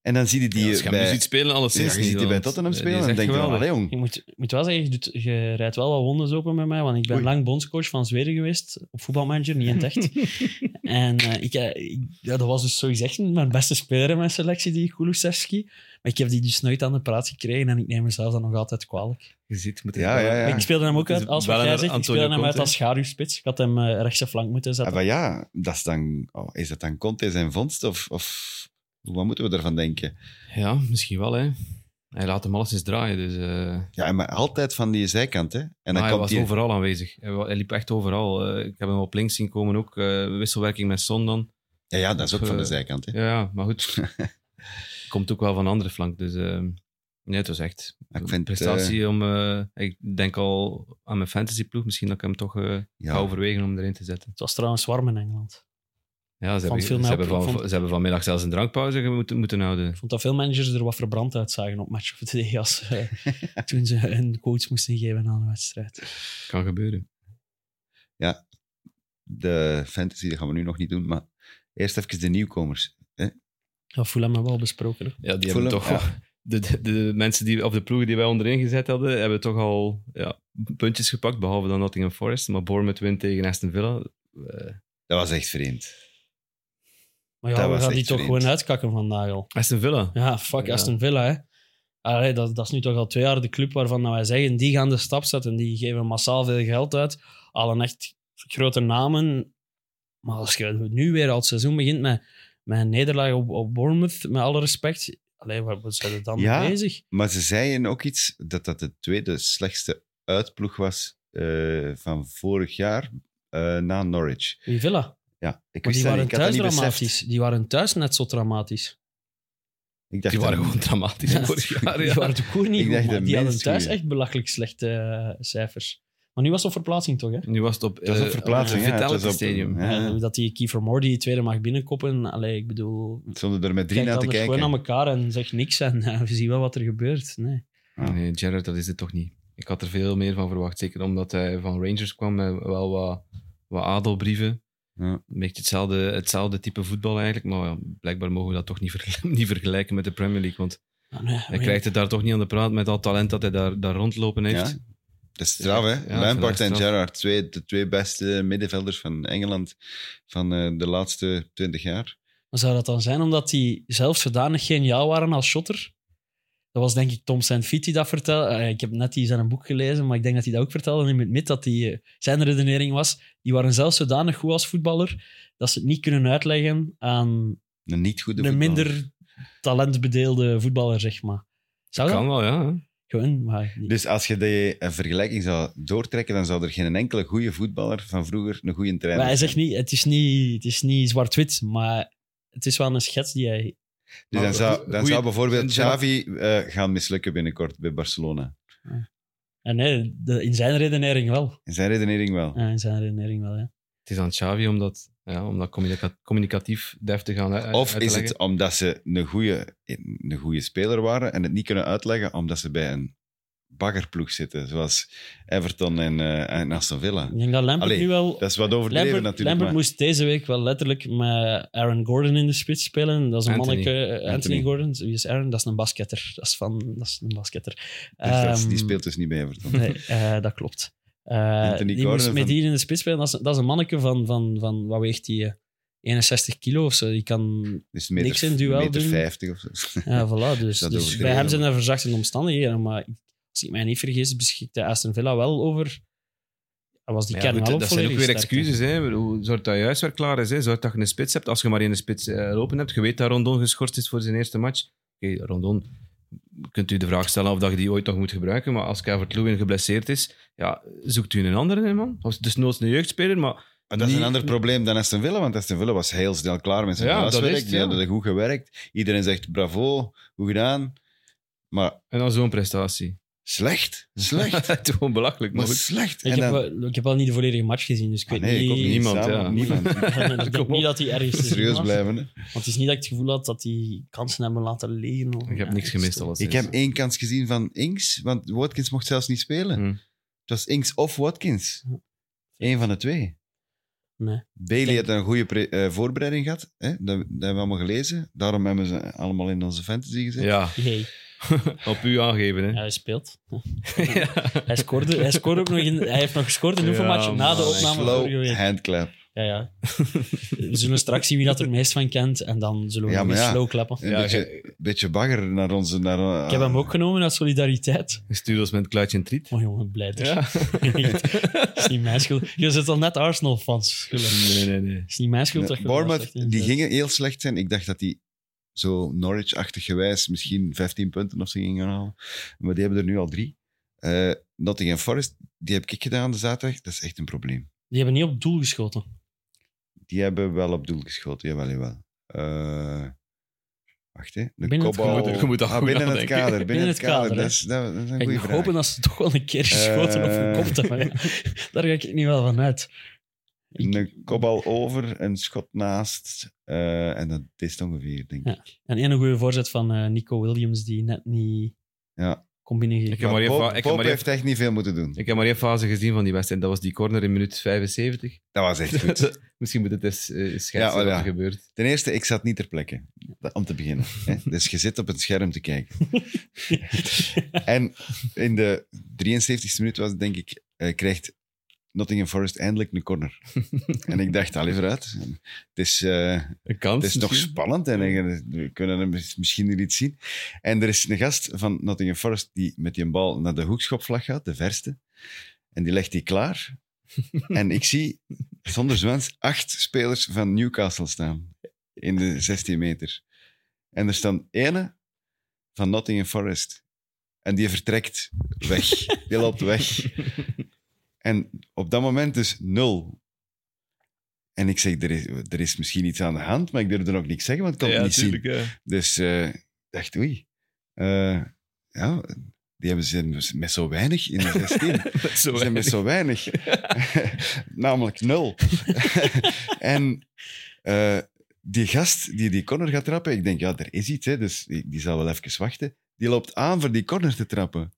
En dan zie je die Ja, als je hem bij... nu ziet spelen, Ja, alleszins je niet, ziet die bij want, Tottenham eh, die spelen is en dan echt denk je van, geweldig. allee, jong. Je moet, je moet wel zeggen, je, doet, je rijdt wel wat wondes open met mij, want ik ben Oei. lang bondscoach van Zweden geweest, op voetbalmanager, niet in het echt. en uh, ik, uh, ik, ja, dat was dus zogezegd mijn beste speler in mijn selectie, die Kulusevski. Maar ik heb die dus nooit aan de praat gekregen en ik neem mezelf dan nog altijd kwalijk. Je ziet, moet Ja, ja, ja. Maar ik speelde hem ook Het is uit, als wat bellen jij naar zegt, ik Antonio speelde hem uit Conte. als schaduwspits. Ik had hem uh, rechtse flank moeten Ah, zetten. maar ja, dat is, dan, oh, is dat dan Conte zijn vondst? Of, of wat moeten we ervan denken? Ja, misschien wel, hè. Hij laat hem alles eens draaien, dus... Uh... Ja, maar altijd van die zijkant, hè. En dan hij komt was die... overal aanwezig. Hij, wa- hij liep echt overal. Uh, ik heb hem op links zien komen ook. Uh, wisselwerking met Son dan. Ja, ja, dat is ook Uh, van de zijkant, hè. Ja, ja, maar goed. Komt ook wel van de andere flank, dus... Uh... Nee, het was echt Ik een vind, prestatie uh, om... Uh, ik denk al aan mijn fantasyploeg. Misschien dat ik hem toch uh, Ja. ga overwegen om erin te zetten. Het was trouwens warm in Engeland. Ja, ze, Vond hebben, veel ze, mij hebben op- van, vond- ze hebben vanmiddag zelfs een drankpauze moeten, moeten houden. Ik vond dat veel managers er wat verbrand uitzagen op Match of the Day als, uh, toen ze een coach moesten geven aan een wedstrijd. Kan gebeuren. De fantasy, dat gaan we nu nog niet doen, maar eerst even de nieuwkomers. Hè? Ja, Fulham hebben we al besproken. Hè. Ja, die Fulham, hebben toch... ja. De, de, de mensen die, of de ploegen die wij onderin gezet hadden, hebben toch al ja, puntjes gepakt, behalve dan Nottingham Forest. Maar Bournemouth wint tegen Aston Villa. Uh, Dat was echt vreemd. Maar ja, Dat we was gaan die echt toch vreemd. gewoon uitkakken vandaag al. Aston Villa. Ja, fuck Ja. Aston Villa, hè. Allee, dat, dat is nu toch al twee jaar de club waarvan nou wij zeggen, die gaan de stap zetten, die geven massaal veel geld uit, al een echt grote namen. Maar als je nu weer al het seizoen begint met, met een nederlaag op, op Bournemouth, met alle respect, allee, wat, wat zijn er dan Ja. mee bezig? Maar ze zeiden ook iets, dat dat de tweede slechtste uitploeg was uh, van vorig jaar uh, na Norwich. Die Villa. Ja, ik Maar wist die dat waren niet, ik had dat thuis niet beseft. dramatisch. Die waren thuis net zo dramatisch. Ik dacht Die waren dat- gewoon dramatisch Ja. vorig jaar. Die Ja. waren toch goed niet Ik goed, dacht maar de die hadden minst thuis goeie. echt belachelijk slechte uh, cijfers. Maar nu was het op verplaatsing toch, hè? Nu was het op, Het was op eh, verplaatsing, op het ja, het Vitality was op- Stadium. ja. Ja, dat die Kiefer Moore die tweede mag binnenkoppen. Allee, ik bedoel, Zonder er met drie kijk naar te anders kijken. gewoon naar elkaar en zeg niks en uh, we zien wel wat er gebeurt. Nee. Ja. Nee, Gerrard, dat is het toch niet. Ik had er veel meer van verwacht. Zeker omdat hij van Rangers kwam met wel wat, wat adelbrieven. Ja. Een beetje hetzelfde, hetzelfde type voetbal eigenlijk. Maar ja, blijkbaar mogen we dat toch niet, ver- niet vergelijken met de Premier League. Want Ah, nee, hij krijgt het daar toch niet aan de praat met al talent dat hij daar, daar rondlopen heeft. Ja. Dat is straf, hè? Ja, Lampard dat en is straf. Gerrard, twee, de twee beste middenvelders van Engeland van uh, de laatste twintig jaar. Maar zou dat dan zijn omdat die zelf zodanig geniaal waren als shotter? Dat was denk ik Tom Saint-Fiet die dat vertelde. Uh, ik heb net die zijn boek gelezen, maar ik denk dat hij dat ook vertelde in het mid, dat die, uh, zijn redenering was. Die waren zelf zodanig goed als voetballer dat ze het niet kunnen uitleggen aan Een niet goede een voetballer. minder talentbedeelde voetballer, zeg maar. Zou dat? Kan wel, ja. hè. Gewoon, maar niet. Dus als je die een vergelijking zou doortrekken, dan zou er geen enkele goede voetballer van vroeger een goede trainer Maar hij zijn. zegt niet, het is niet, het is niet zwart-wit, maar het is wel een schets die hij... Dus dan zou, dan Goeie- zou bijvoorbeeld zijn- Xavi uh, gaan mislukken binnenkort bij Barcelona. En nee, de, in zijn redenering wel. In zijn redenering wel. Ja, in zijn redenering wel, ja. Het is aan Xavi om dat, ja, om dat communica- communicatief deftig gaan uit, Of uit te is leggen. het omdat ze een goede, een goede speler waren en het niet kunnen uitleggen omdat ze bij een baggerploeg zitten, zoals Everton en, uh, en Aston Villa. Ik denk dat Lampard Allee, nu wel... Dat is wat overdreven Lampard, natuurlijk. Lampard maar- moest deze week wel letterlijk met Aaron Gordon in de spits spelen. Dat is een Anthony. manneke... eh, Anthony, Anthony. Gordon. Wie is Aaron? Dat is een basketter. Dat is, van, dat is een basketter. Dus dat is- die Ehm, speelt dus niet bij Everton. Nee, eh, dat klopt. Eh, Anthony die Gordon moest met van- die in de spits spelen. Dat is, dat is een manneke van, van, van... Wat weegt die? eh, eenenzestig kilo of zo. Die kan... Dus meter, Niks in duel meter doen. vijftig of zo. Ja, voilà. Dus, Dat dus overdreven. bij hem zijn er verzachte omstandigheden. Maar als ik mij niet vergis, beschikte Aston Villa wel over... Was die Ja, kern goed, wel op dat zijn ook weer volledig sterkte. excuses. Hè. Ik bedoel, Zorg dat je huiswerk klaar is. Hè. Zorg dat je een spits hebt. Als je maar één spits eh, lopen hebt. Je weet dat Rondon geschorst is voor zijn eerste match. Oké, Rondon, kunt u de vraag stellen of dat je die ooit nog moet gebruiken. Maar als Calvert-Lewin geblesseerd is, ja, zoekt u een andere, hè, man. Of dus noods een jeugdspeler, maar... Maar dat is een niet- ander probleem dan Aston Villa, want Aston Villa was heel snel klaar met zijn Ja, dat huiswerk. is het, Die ja. hadden goed gewerkt. Iedereen zegt bravo, goed gedaan. Maar En dan zo'n prestatie. slecht, slecht. Het is gewoon belachelijk, maar maar goed. slecht. Ik En heb, dan- wel, ik heb wel niet de volledige match gezien, dus ik Ah, weet nee, ik ook niet... niet. Niemand, Samen, ja. niemand. ik denk niet dat hij ergens te zien Serieus was. blijven. Hè. Want het is niet dat ik het gevoel had dat hij kansen hebben laten liggen. Of, Ik heb ja, niks het is gemist, toch- alleszins. Ik heb één kans gezien van Ings, want Watkins mocht zelfs niet spelen. Hm. Het was Ings of Watkins. Ja. Eén van de twee. Nee. Bailey denk- heeft een goede pre- uh, voorbereiding gehad. Hè? Dat, dat hebben we allemaal gelezen. Daarom hebben ze allemaal in onze fantasy gezet. Ja, Hey. op u aangeven. Hè. Ja, hij speelt. hij, scoorde, hij scoorde ook nog in... Hij heeft nog gescoord in hoeveel Ja, matchen na de man, opname Slow vorige week. handclap. Ja, ja. We zullen straks zien wie dat er het meest van kent. En dan zullen we Ja, nog maar eens ja. slow klappen. Een Ja, beetje, je- beetje bagger naar onze... Naar, uh, Ik heb hem ook genomen uit solidariteit. Stuur ons met een kluitje en triet. Oh jongen, blijder. Ja. Het is niet mijn schuld. Je zit al net Arsenal-fans schuldig. Nee, nee, nee. Het is niet mijn schuld dat je er Bournemouth, slecht in die zit. gingen heel slecht zijn. Ik dacht dat die zo Norwich-achtig gewijs misschien vijftien punten of zo gingen halen. Maar die hebben er nu al drie. Uh, Nottingham Forest, die heb ik gedaan de zaterdag. Dat is echt een probleem. Die hebben niet op doel geschoten. Die hebben wel op doel geschoten, jawel, jawel. Uh, wacht, hè. De Binnen het kopbal... kader. Je moet dat ah, goed binnen het nadenken. kader. Binnen, Binnen het het kader, kader, dat, is, dat, dat is een Ik goede mag vraag. hopen dat ze toch wel een keer geschoten Eh. of gekopt hebben. Daar ga ik niet wel van uit. Een kopbal over, een schot naast. Uh, en dat is het ongeveer, denk Ja. ik. En één goede voorzet van uh, Nico Williams, die net niet Ja. kon binnengeven. Ik heb maar Maar één Pope, fa- ik heb Pope maar één- heeft echt niet veel moeten doen. Ik heb maar één fase gezien van die wedstrijd. Dat was die corner in minuut vijfenzeventig. Dat was echt goed. Misschien moet het eens uh, schetsen Ja, oh wat ja. er gebeurt. Ten eerste, ik zat niet ter plekke. Om te beginnen. Hè. Dus je zit op het scherm te kijken. En in de drieënzeventigste minuut was het, denk ik, uh, krijgt Nottingham Forest eindelijk een corner. En ik dacht, allee, vooruit. Het is, uh, Een kans. het is nog misschien. spannend en uh, we kunnen hem misschien hier iets zien. En er is een gast van Nottingham Forest die met die bal naar de hoekschopvlag gaat, de verste. En die legt die klaar. En ik zie, zonder zwans, acht spelers van Newcastle staan. In de zestien meter. En er staan ene van Nottingham Forest. En die vertrekt weg. Die loopt weg. En op dat moment dus nul. En ik zeg, er is, er is misschien iets aan de hand, maar ik durfde nog niks zeggen, want ik kon Ja, het niet tuurlijk, zien. ja. Dus uh, ik dacht, oei. Uh, ja, die hebben ze met zo weinig in de zestien. Zo Ze zijn met zo weinig. Namelijk nul. En uh, die gast die die corner gaat trappen, ik denk, ja, er is iets, hè, dus die, die zal wel even wachten. Die loopt aan voor die corner te trappen.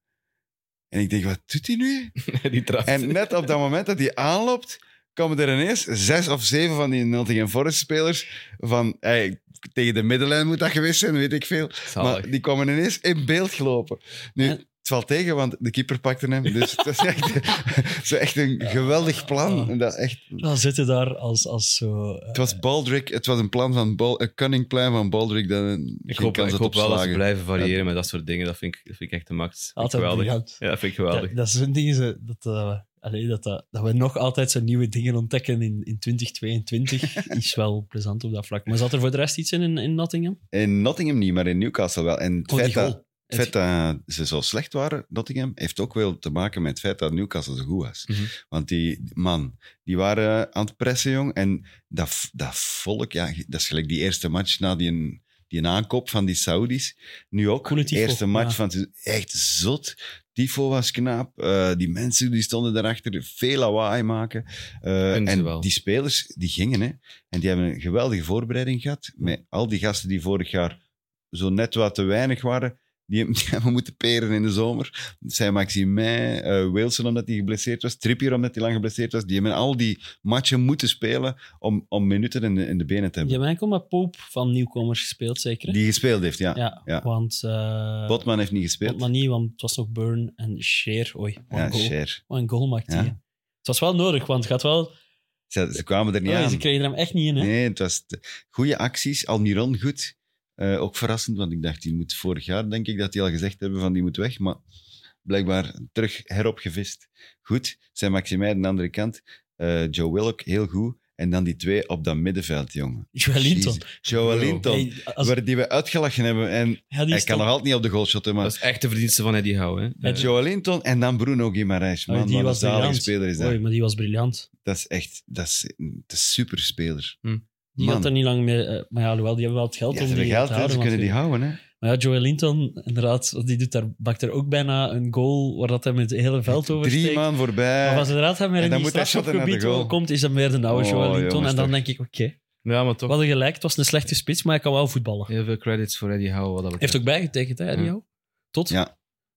En ik denk, wat doet hij nu? Die trapt. En net op dat moment dat hij aanloopt, komen er ineens zes of zeven van die Nottingham Forest-spelers van, hey, tegen de middenlijn moet dat geweest zijn, weet ik veel. Zalig. Maar die komen ineens in beeld gelopen. Nu, En- het valt tegen, want de keeper pakte hem. Dus het is echt, het is echt een geweldig plan. En dat echt, Dan zitten daar als, als zo... uh, het was Baldrick, het was een plan van Bal, een cunning plan van Baldrick. Dat een, Ik geen hoop, kans ik had hoop op wel dat ze slagen. blijven variëren met dat soort dingen. Dat vind ik, dat vind ik echt de max. Vind ik altijd geweldig. briljant. Ja, dat vind ik geweldig. Dat, dat is zo'n ding, zo- dat, uh, allee, dat, dat, dat we nog altijd zo nieuwe dingen ontdekken in, in twintig tweeëntwintig is wel plezant op dat vlak. Maar zat er voor de rest iets in, in, in Nottingham? In Nottingham niet, maar in Newcastle wel. En het Oh, die feit dat, goal. het feit dat ze zo slecht waren, Nottingham, heeft ook wel te maken met het feit dat Newcastle zo goed was. Mhm. Want die man, die waren aan het pressen, jong. En dat, dat volk, ja, dat is gelijk die eerste match na die, die aankoop van die Saudis. Nu ook, Coole de tifo, eerste match ja. van het seizoen. Echt zot. Tifo was knap. Uh, die mensen die stonden daarachter, veel lawaai maken. Uh, Kunnen ze en wel. die spelers, die gingen. Hè. En die hebben een geweldige voorbereiding gehad. Met al die gasten die vorig jaar zo net wat te weinig waren. Die, die hebben moeten peren in de zomer. Zijn Maximin, uh, Wilson omdat hij geblesseerd was, Trippier omdat hij lang geblesseerd was. Die hebben al die matchen moeten spelen om, om minuten in de, in de benen te Je hebben. hebt enkel met Pope van nieuwkomers gespeeld, zeker? hè? Die gespeeld heeft, ja. ja, ja. want... uh, Botman heeft niet gespeeld. Botman niet, want het was nog Burn en Sheer. Oei, wat Ja, een goal. Cher. Wat een goal maakte Ja. hij. Het was wel nodig, want het gaat wel... Ze, ze kwamen er niet Oh, aan. ze kregen hem echt niet in, hè? Nee, het was goede acties. Almiron goed. Uh, ook verrassend, want ik dacht, die moet vorig jaar, denk ik, dat die al gezegd hebben van die moet weg. Maar blijkbaar terug heropgevist. Goed. Zijn Maximin aan de andere kant. Uh, Joe Willock, heel goed. En dan die twee op dat middenveld, jongen. Joelinton. Jezus. Joe Linton. Hey, als- Waar die we uitgelachen hebben. En ja, die hij kan stond- nog altijd niet op de goal shotten, maar... Dat is echt de verdienste van Eddie Howe. Hè. Met Eh, Joe Linton en dan Bruno Guimaraes. Man, Oh, die wat een was zalige briljant. speler is dat. Oei, maar die was briljant. Dat is echt... Dat is een super speler. Die Man. had er niet lang mee... uh, maar ja, alhoewel, die hebben wel het geld Ja, om ze die hebben geld, te hè, houden. ze kunnen die natuurlijk. houden, hè. Maar ja, Joe Linton, inderdaad, die doet daar, bakt er ook bijna een goal waar dat hij met het hele veld oversteekt. Drie man voorbij. Maar als inderdaad hij meer En in dan die moet hij shotten naar de strafschopgebied goal. komt, is dat meer de oude Oh, Joe Linton. jongens, En dan toch. denk ik, oké, okay, Ja, maar we toch hadden gelijk. Het was een slechte spits, maar hij kan wel voetballen. Hij heel veel credits voor Eddie Howe. Wat dat heeft betreft. ook bijgetekend, hè, Eddie Ja. Howe? Tot? Ja.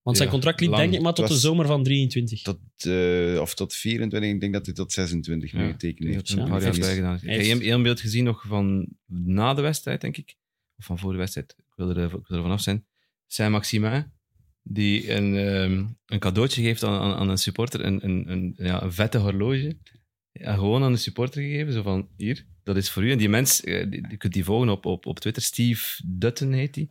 Want zijn Ja, contract liep lang. denk ik maar tot Het was- de zomer van drieëntwintig. Tot, uh, of tot vierentwintig, ik denk dat hij tot zesentwintig nu Ja, getekend die heeft. heeft er een Ja, paar jaar Verlies. bij gedaan. Ik Hij heb heeft- één- één beeld gezien nog van na de wedstrijd, denk ik. Of van voor de wedstrijd. Ik wil er, ik wil er vanaf zijn. Saint-Maximin, die een, ehm, een cadeautje geeft aan, aan, aan een supporter. Een, een, een, ja, een vette horloge. Ja, gewoon aan de supporter gegeven. Zo van, hier, dat is voor u. En die mens, eh, die, je kunt die volgen op, op, op Twitter. Steve Dutton heet die.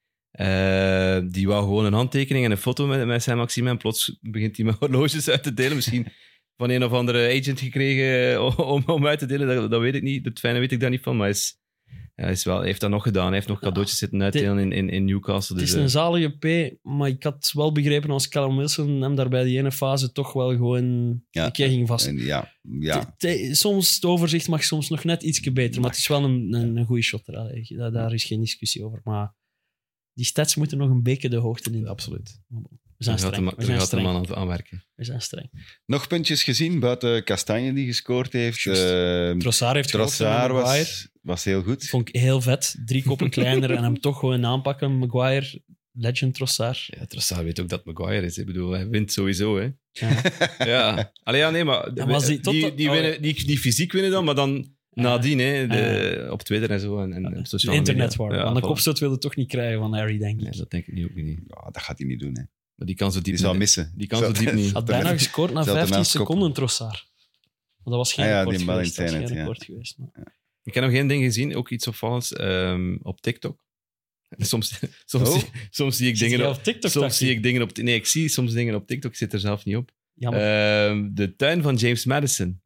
Eh, die wou gewoon een handtekening en een foto met, met Saint-Maximin. En plots begint hij met horloges uit te delen. Misschien van een of andere agent gekregen om, om uit te delen. Dat, dat weet ik niet. Het fijne weet ik daar niet van. Maar hij, is, hij, is wel, hij heeft dat nog gedaan. Hij heeft nog cadeautjes zitten uitdelen in, in, in Newcastle. Het Dus, is een zalige P, maar ik had wel begrepen als Callum Wilson hem daar bij die ene fase toch wel gewoon Ja. een keer ging vast. En ja, ja. T- t- Soms, het overzicht mag soms nog net ietsje beter, maar het is wel een, een, een goede shot. Daar, daar, daar is geen discussie over. Maar die stats moeten nog een beetje de hoogte in. uh, absoluut. We zijn Daar gaat de streng. man- We daar zijn gaat de man streng. aan, aan werken. We zijn streng. Nog puntjes gezien, buiten Kastanje die gescoord heeft. Juist. Uh, Trossard heeft Trossard geholpen met Maguire. was, was heel goed. Vond ik heel vet. Drie koppen kleiner en hem toch gewoon aanpakken. Maguire, legend Trossard. Ja, Trossard weet ook dat Maguire is. Ik bedoel, hij wint sowieso. Hè. Ja. Ja. Allee, ja, nee, maar En was die die, tot die, dat- die, oh, winnen, ja. die, die fysiek winnen dan, maar dan Ja. nadien, hè, de, op Twitter en zo. En, en op sociale Internet media. war. Ja, Want de voilà. kopstoot wilde toch niet krijgen van Harry, denk ik. Nee, dat denk ik niet, ook niet. Ja, dat gaat hij niet doen. Hè. Maar die kan zo diep Die zal niet. missen. Die kan zo diep niet. Had bijna gescoord na Zat hem aan vijftien het koppen. seconden, Trossard. Maar dat was geen Ah ja, record die bal in geweest. Dat was het geen ja. record geweest. Maar. Ik heb nog één ding gezien, ook iets opvallends, um, op TikTok. Soms, soms, Oh. zie, soms zie ik Zit dingen jij op, op TikTok? soms Taxi? zie ik dingen op... Nee, ik zie soms dingen op TikTok, ik zit er zelf niet op. Jammer. Ehm, de tuin van James Madison.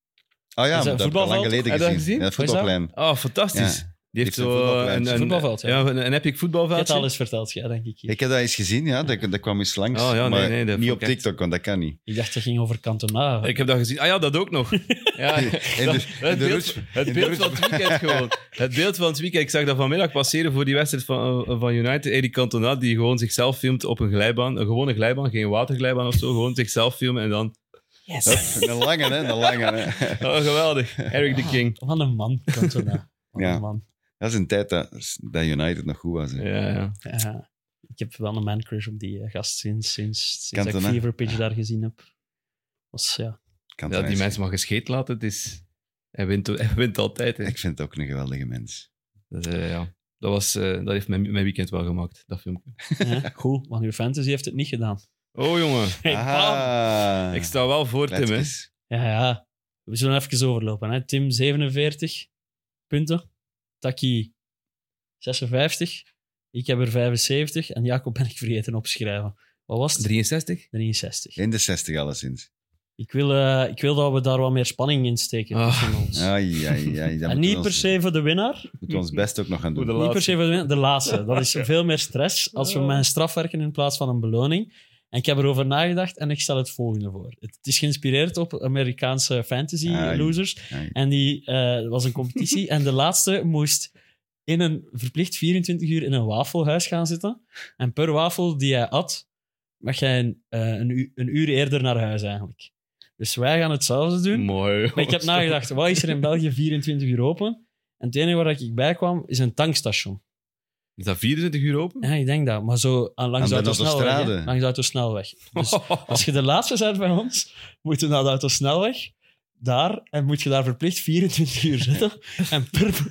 Oh ja, Is dat dat heb ik al lang voetbalveld? geleden Heb je dat gezien. gezien? Ja, het Waar is dat? voetbalplein. Oh, fantastisch. Ja. Die heeft heeft een zo voetbalplein. een, Een een, voetbalveld, ja. ja, een, een epic Ik heb voetbalveldje. het al eens verteld, ja, denk ik. Ik heb dat eens gezien, ja. Dat, dat kwam eens langs. Oh ja, nee, maar nee, dat niet vond op ik echt- TikTok, want dat kan niet. Ik dacht dat ging over Cantona. Ik heb dat gezien. Ah ja, dat ook nog. Ja, In de- in het de beeld, rust- het in de beeld rust- van het weekend gewoon. Het beeld van het weekend. Ik zag dat vanmiddag passeren voor die wedstrijd van, van United. Eddie Cantona, die gewoon zichzelf filmt op een glijbaan. Een gewone glijbaan, geen waterglijbaan of zo. Gewoon zichzelf filmen en dan... Yes. Hup, een lange, hè. Een lange, hè. Oh, geweldig. Eric the King. Wat een man, Cantona. Wat Ja. een man. Dat is een tijd dat, dat United nog goed was. Hè. Ja, ja. Ja, ik heb wel een man crush op die eh, gast sinds, sinds, sinds dat ik Cantona. Fever Pitch daar gezien heb. Was, ja. Kan Ja, het die eens- mensen mag gescheet laten. Het is... Hij wint, hij wint altijd. Hè. Ik vind het ook een geweldige mens. Dus, eh, ja. Dat, was, eh, dat heeft mijn, mijn weekend wel gemaakt, dat filmpje. Ja, goed, want uw fantasy heeft het niet gedaan. Oh, jongen. Hey, bam. Aha. Ik sta wel voor Tim, hè. Let's Ja, ja. We zullen even overlopen. Hè. Tim zevenenveertig punten. Taki zesenvijftig. Ik heb er vijfenzeventig. En Jacob ben ik vergeten opschrijven. Wat was het? drieënzestig? drieënzestig. In de zestig alleszins. Ik wil, eh, ik wil dat we daar wat meer spanning in steken Ah. tussen ons. Ai, ai, ai. Dat en moeten niet we per ons- se voor de winnaar. moeten we ons best ook nog gaan Voor doen. de Niet per laatste. se voor de winnaar. De laatste. Dat is veel meer stress als we met een straf werken in plaats van een beloning. En ik heb erover nagedacht en ik stel het volgende voor. Het is geïnspireerd op Amerikaanse fantasy Ai. losers. Ai. En die uh, was een competitie. En de laatste moest in een verplicht vierentwintig uur in een wafelhuis gaan zitten. En per wafel die hij at, mag jij een, uh, een, u- een uur eerder naar huis eigenlijk. Dus wij gaan hetzelfde doen. Mooi. Maar ik heb nagedacht, wat is er in België vierentwintig uur open? En het enige waar ik bij kwam, is een tankstation. Is dat vierentwintig uur open? Ja, ik denk dat. Maar zo aan, langs Aan de de autosnelweg. hè. autostrade. Langs de autosnelweg. Dus als je de laatste bent bij ons, moet je naar de autosnelweg. Daar. En moet je daar verplicht vierentwintig uur zitten. En per,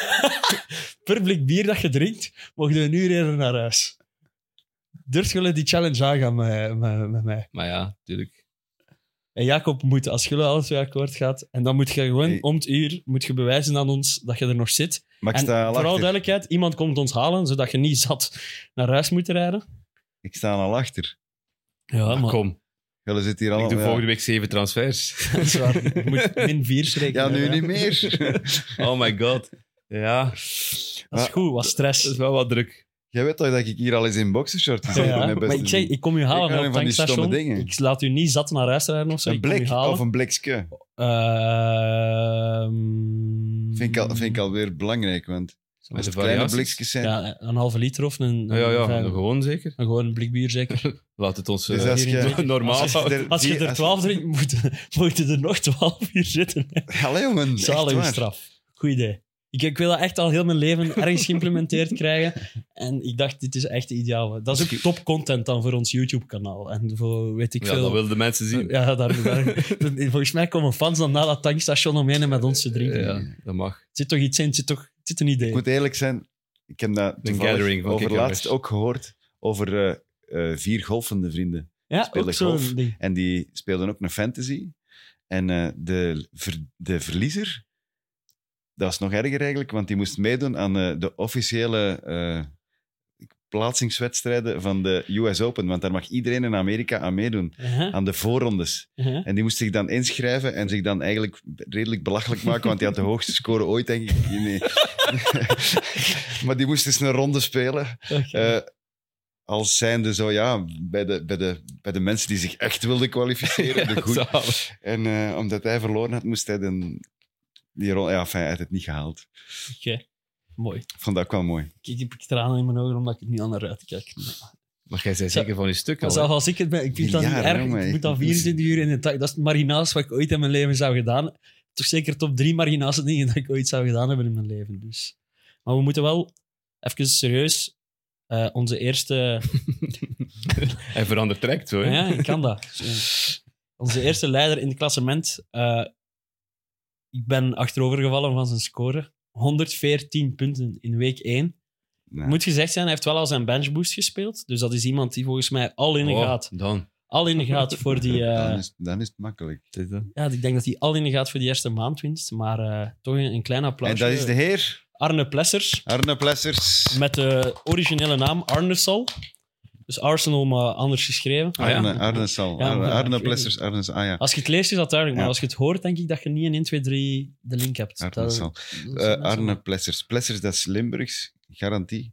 per blik bier dat je drinkt, mag je een uur eerder naar huis. Durf je die challenge aangaan met, met, met mij? Maar ja, natuurlijk. En Jacob moet, als jullie alle twee akkoord gaat, en dan moet je gewoon Hey. om het uur moet je bewijzen aan ons dat je er nog zit. Maar ik En sta al vooral achter. duidelijkheid, iemand komt ons halen, zodat je niet zat naar huis moet rijden. Ik sta al achter. Ja, Maar maar kom, Jullie zitten hier al... ik doe ja. volgende week zeven transfers. dat is waar. Je moet min vier schrijven. Ja, nu niet meer. Oh my god. Ja, Dat is Maar- goed, wat stress. dat is wel wat druk. Jij weet toch dat ik hier al eens in boxershort gezeten Ja, ben? maar ik zeg, ik kom u Ik halen kan op het van die stomme tankstation. dingen. Ik laat u niet zat naar huis rijden of zo. Een ik kom u blik halen. of een blikske. Ehm, Vind ik, al, vind ik alweer belangrijk, want Met als de het kleine variaties. blikjes zijn... Ja, een halve liter of een... Ja, ja, ja, vijf- gewoon zeker. een gewoon een blik bier zeker. Laat het ons Dus eh, als je- normaal als je houden. er- Als je zie- er twaalf drinkt, moet, moet je er nog twaalf uur zitten. Allee, jongen. echt Zalige waar. straf. Goed idee. Ik, ik wil dat echt al heel mijn leven ergens geïmplementeerd krijgen. En ik dacht, dit is echt ideaal. Dat is ook top content dan voor ons YouTube-kanaal. En voor, weet ik Ja, veel... dat wilden de mensen zien. Ja, daar, daar, volgens mij komen fans dan na dat tankstation omheen en met ons te drinken. Ja, dat mag. Het zit toch iets in, het zit toch het zit een idee. Ik moet eerlijk zijn, ik heb dat gathering van over Kick and laatst Rush. ook gehoord over uh, uh, vier golfende vrienden. Ja, spelen ook zo'n golf. ding. En die speelden ook een fantasy. En uh, de, ver, de verliezer, dat was nog erger eigenlijk, want die moest meedoen aan uh, de officiële uh, plaatsingswedstrijden van de U S Open. Want daar mag iedereen in Amerika aan meedoen, Uh-huh. aan de voorrondes. Uh-huh. En die moest zich dan inschrijven en zich dan eigenlijk redelijk belachelijk maken, want die had de hoogste score ooit, denk ik. Nee. Maar die moest dus een ronde spelen. Okay. Uh, als zijnde zo, ja, bij de, bij, de, bij de mensen die zich echt wilden kwalificeren. De goed. En uh, omdat hij verloren had, moest hij dan die ronde... Ja, enfin, hij had het niet gehaald. Oké, okay. Mooi. Ik vond dat ook wel mooi. Ik heb tranen in mijn ogen omdat ik het niet aan naar uitkijk. Maar jij zei zeker van je stuk al. Zelfs als ik het ben, ik vind dat niet erg. Ik moet dan vierentwintig uur in de dag. Dat is het marginaals wat ik ooit in mijn leven zou gedaan. Toch zeker top drie marginaalse dingen dat ik ooit zou gedaan hebben in mijn leven. Dus. Maar we moeten wel even serieus uh, onze eerste... Hij verandert direct, hoor. Ja, ik kan dat. Onze eerste leider in het klassement. Uh, ik ben achterovergevallen van zijn score. honderdveertien punten in week één. Nee. Moet gezegd zijn, hij heeft wel al zijn benchboost gespeeld. Dus dat is iemand die volgens mij al in oh, gaat. Dan. Al in gaat voor die... Uh, dan, is, dan is het makkelijk. Ja, ik denk dat hij al in gaat voor die eerste maandwinst. Maar uh, toch een, een klein applausje. En dat is de heer... Arne Plessers. Arne Plessers. Met de originele naam Arnesal. Dus Arsenal, maar anders geschreven. Ah, ja. Arne, Arnesal. Ja, Arne, Arne Plessers. Arnes, ah, ja. Als je het leest is dat duidelijk. Maar ja. als je het hoort, denk ik dat je niet in één, twee, drie de link hebt. Arnesal. Dat, dat uh, Arne Plessers. Plessers, dat is Limburgs. Garantie.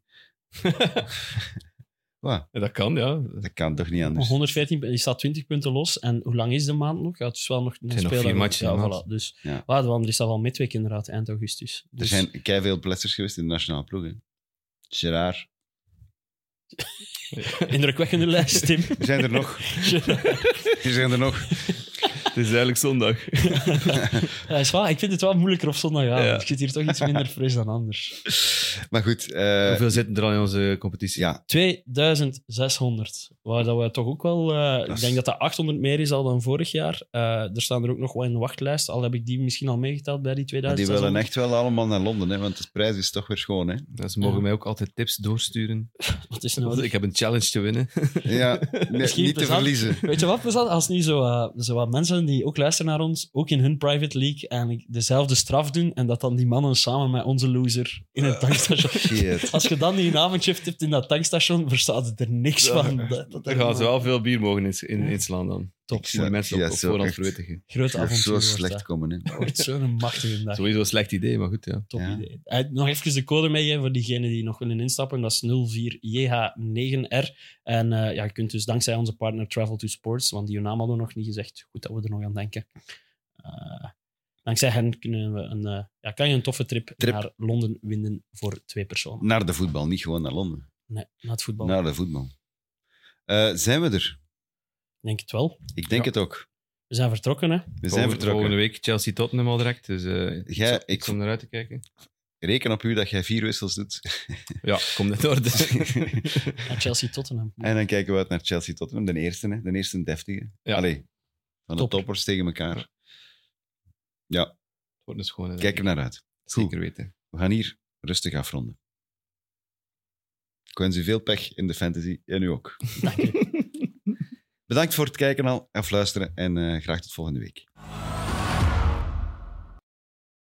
ja, dat kan, ja. Dat kan toch niet anders. honderdveertien, je staat twintig punten los. En hoe lang is de maand nog? Ja, het is wel nog een speler. Nog vier matchen. Ja, voilà. Dus ja. Wow, de andere is al wel midweek inderdaad, eind augustus. Dus... Er zijn keiveel Plessers geweest in de nationale ploeg. Hè. Gerard. Indrukwekkende lijst, Tim. Er zijn er nog. Er zijn er nog. Het is eigenlijk zondag. Ja, is waar. Ik vind het wel moeilijker op zondagavond. Ja. Ik zit hier toch iets minder fris dan anders. Maar goed. Uh... Hoeveel zitten er al in onze competitie? Ja. tweeduizend zeshonderd. Waar dat we toch ook wel... Uh, is... Ik denk dat dat achthonderd meer is al dan vorig jaar. Uh, er staan er ook nog wel in de wachtlijst. Al heb ik die misschien al meegeteld bij die tweeduizend zeshonderd. Maar die willen echt wel allemaal naar Londen, hè, want de prijs is toch weer schoon. Hè? Ja, ze mogen ja. mij ook altijd tips doorsturen. Wat is nou? Ik heb een challenge te winnen. Ja, nee, niet te plezant. verliezen. Weet je wat, plezant? Als nu zo, uh, zo wat mensen die ook luisteren naar ons, ook in hun private league, eigenlijk dezelfde straf doen en dat dan die mannen samen met onze loser in het tankstation... Uh, Als je dan die een avondshift hebt in dat tankstation, verstaat er niks ja, van. Dan gaan ze wel veel bier mogen in, in, inslaan dan. Top. Die mensen ja, op, op voorhand verwittigen. Groot avontuur. Zo slecht dat. komen. Hè. Dat wordt zo'n machtige dag. Sowieso een slecht idee, maar goed. Ja. Top ja. idee. Uh, nog even de code meegeven voor diegenen die nog willen instappen. Dat is nul vier J H negen R. En uh, ja, je kunt dus dankzij onze partner Travel to Sports, want die naam hadden we nog niet gezegd. Goed dat we er nog aan denken. Uh, dankzij hen kunnen we een, uh, ja, kan je een toffe trip, trip naar Londen winnen voor twee personen. Naar de voetbal, niet gewoon naar Londen. Nee, naar het voetbal. Naar de voetbal. Uh, zijn we er? Ik denk het wel. Ik denk ja. het ook. We zijn vertrokken, hè? We zijn volgende, vertrokken. Volgende week Chelsea-Tottenham al direct, dus uh, jij, ik, ik kom naar uit te kijken. Reken op u dat jij vier wissels doet. Ja, kom in orde. Naar Chelsea-Tottenham. En dan kijken we uit naar Chelsea-Tottenham, de eerste, hè? De eerste deftige. Ja. Allee, van Top. de toppers tegen elkaar. Ja. Het wordt een schone Kijk er naar uit. Zeker Goed. weten. We gaan hier rustig afronden. Ik wens u veel pech in de fantasy en u ook. Dank je. Bedankt voor het kijken al, of luisteren en uh, graag tot volgende week.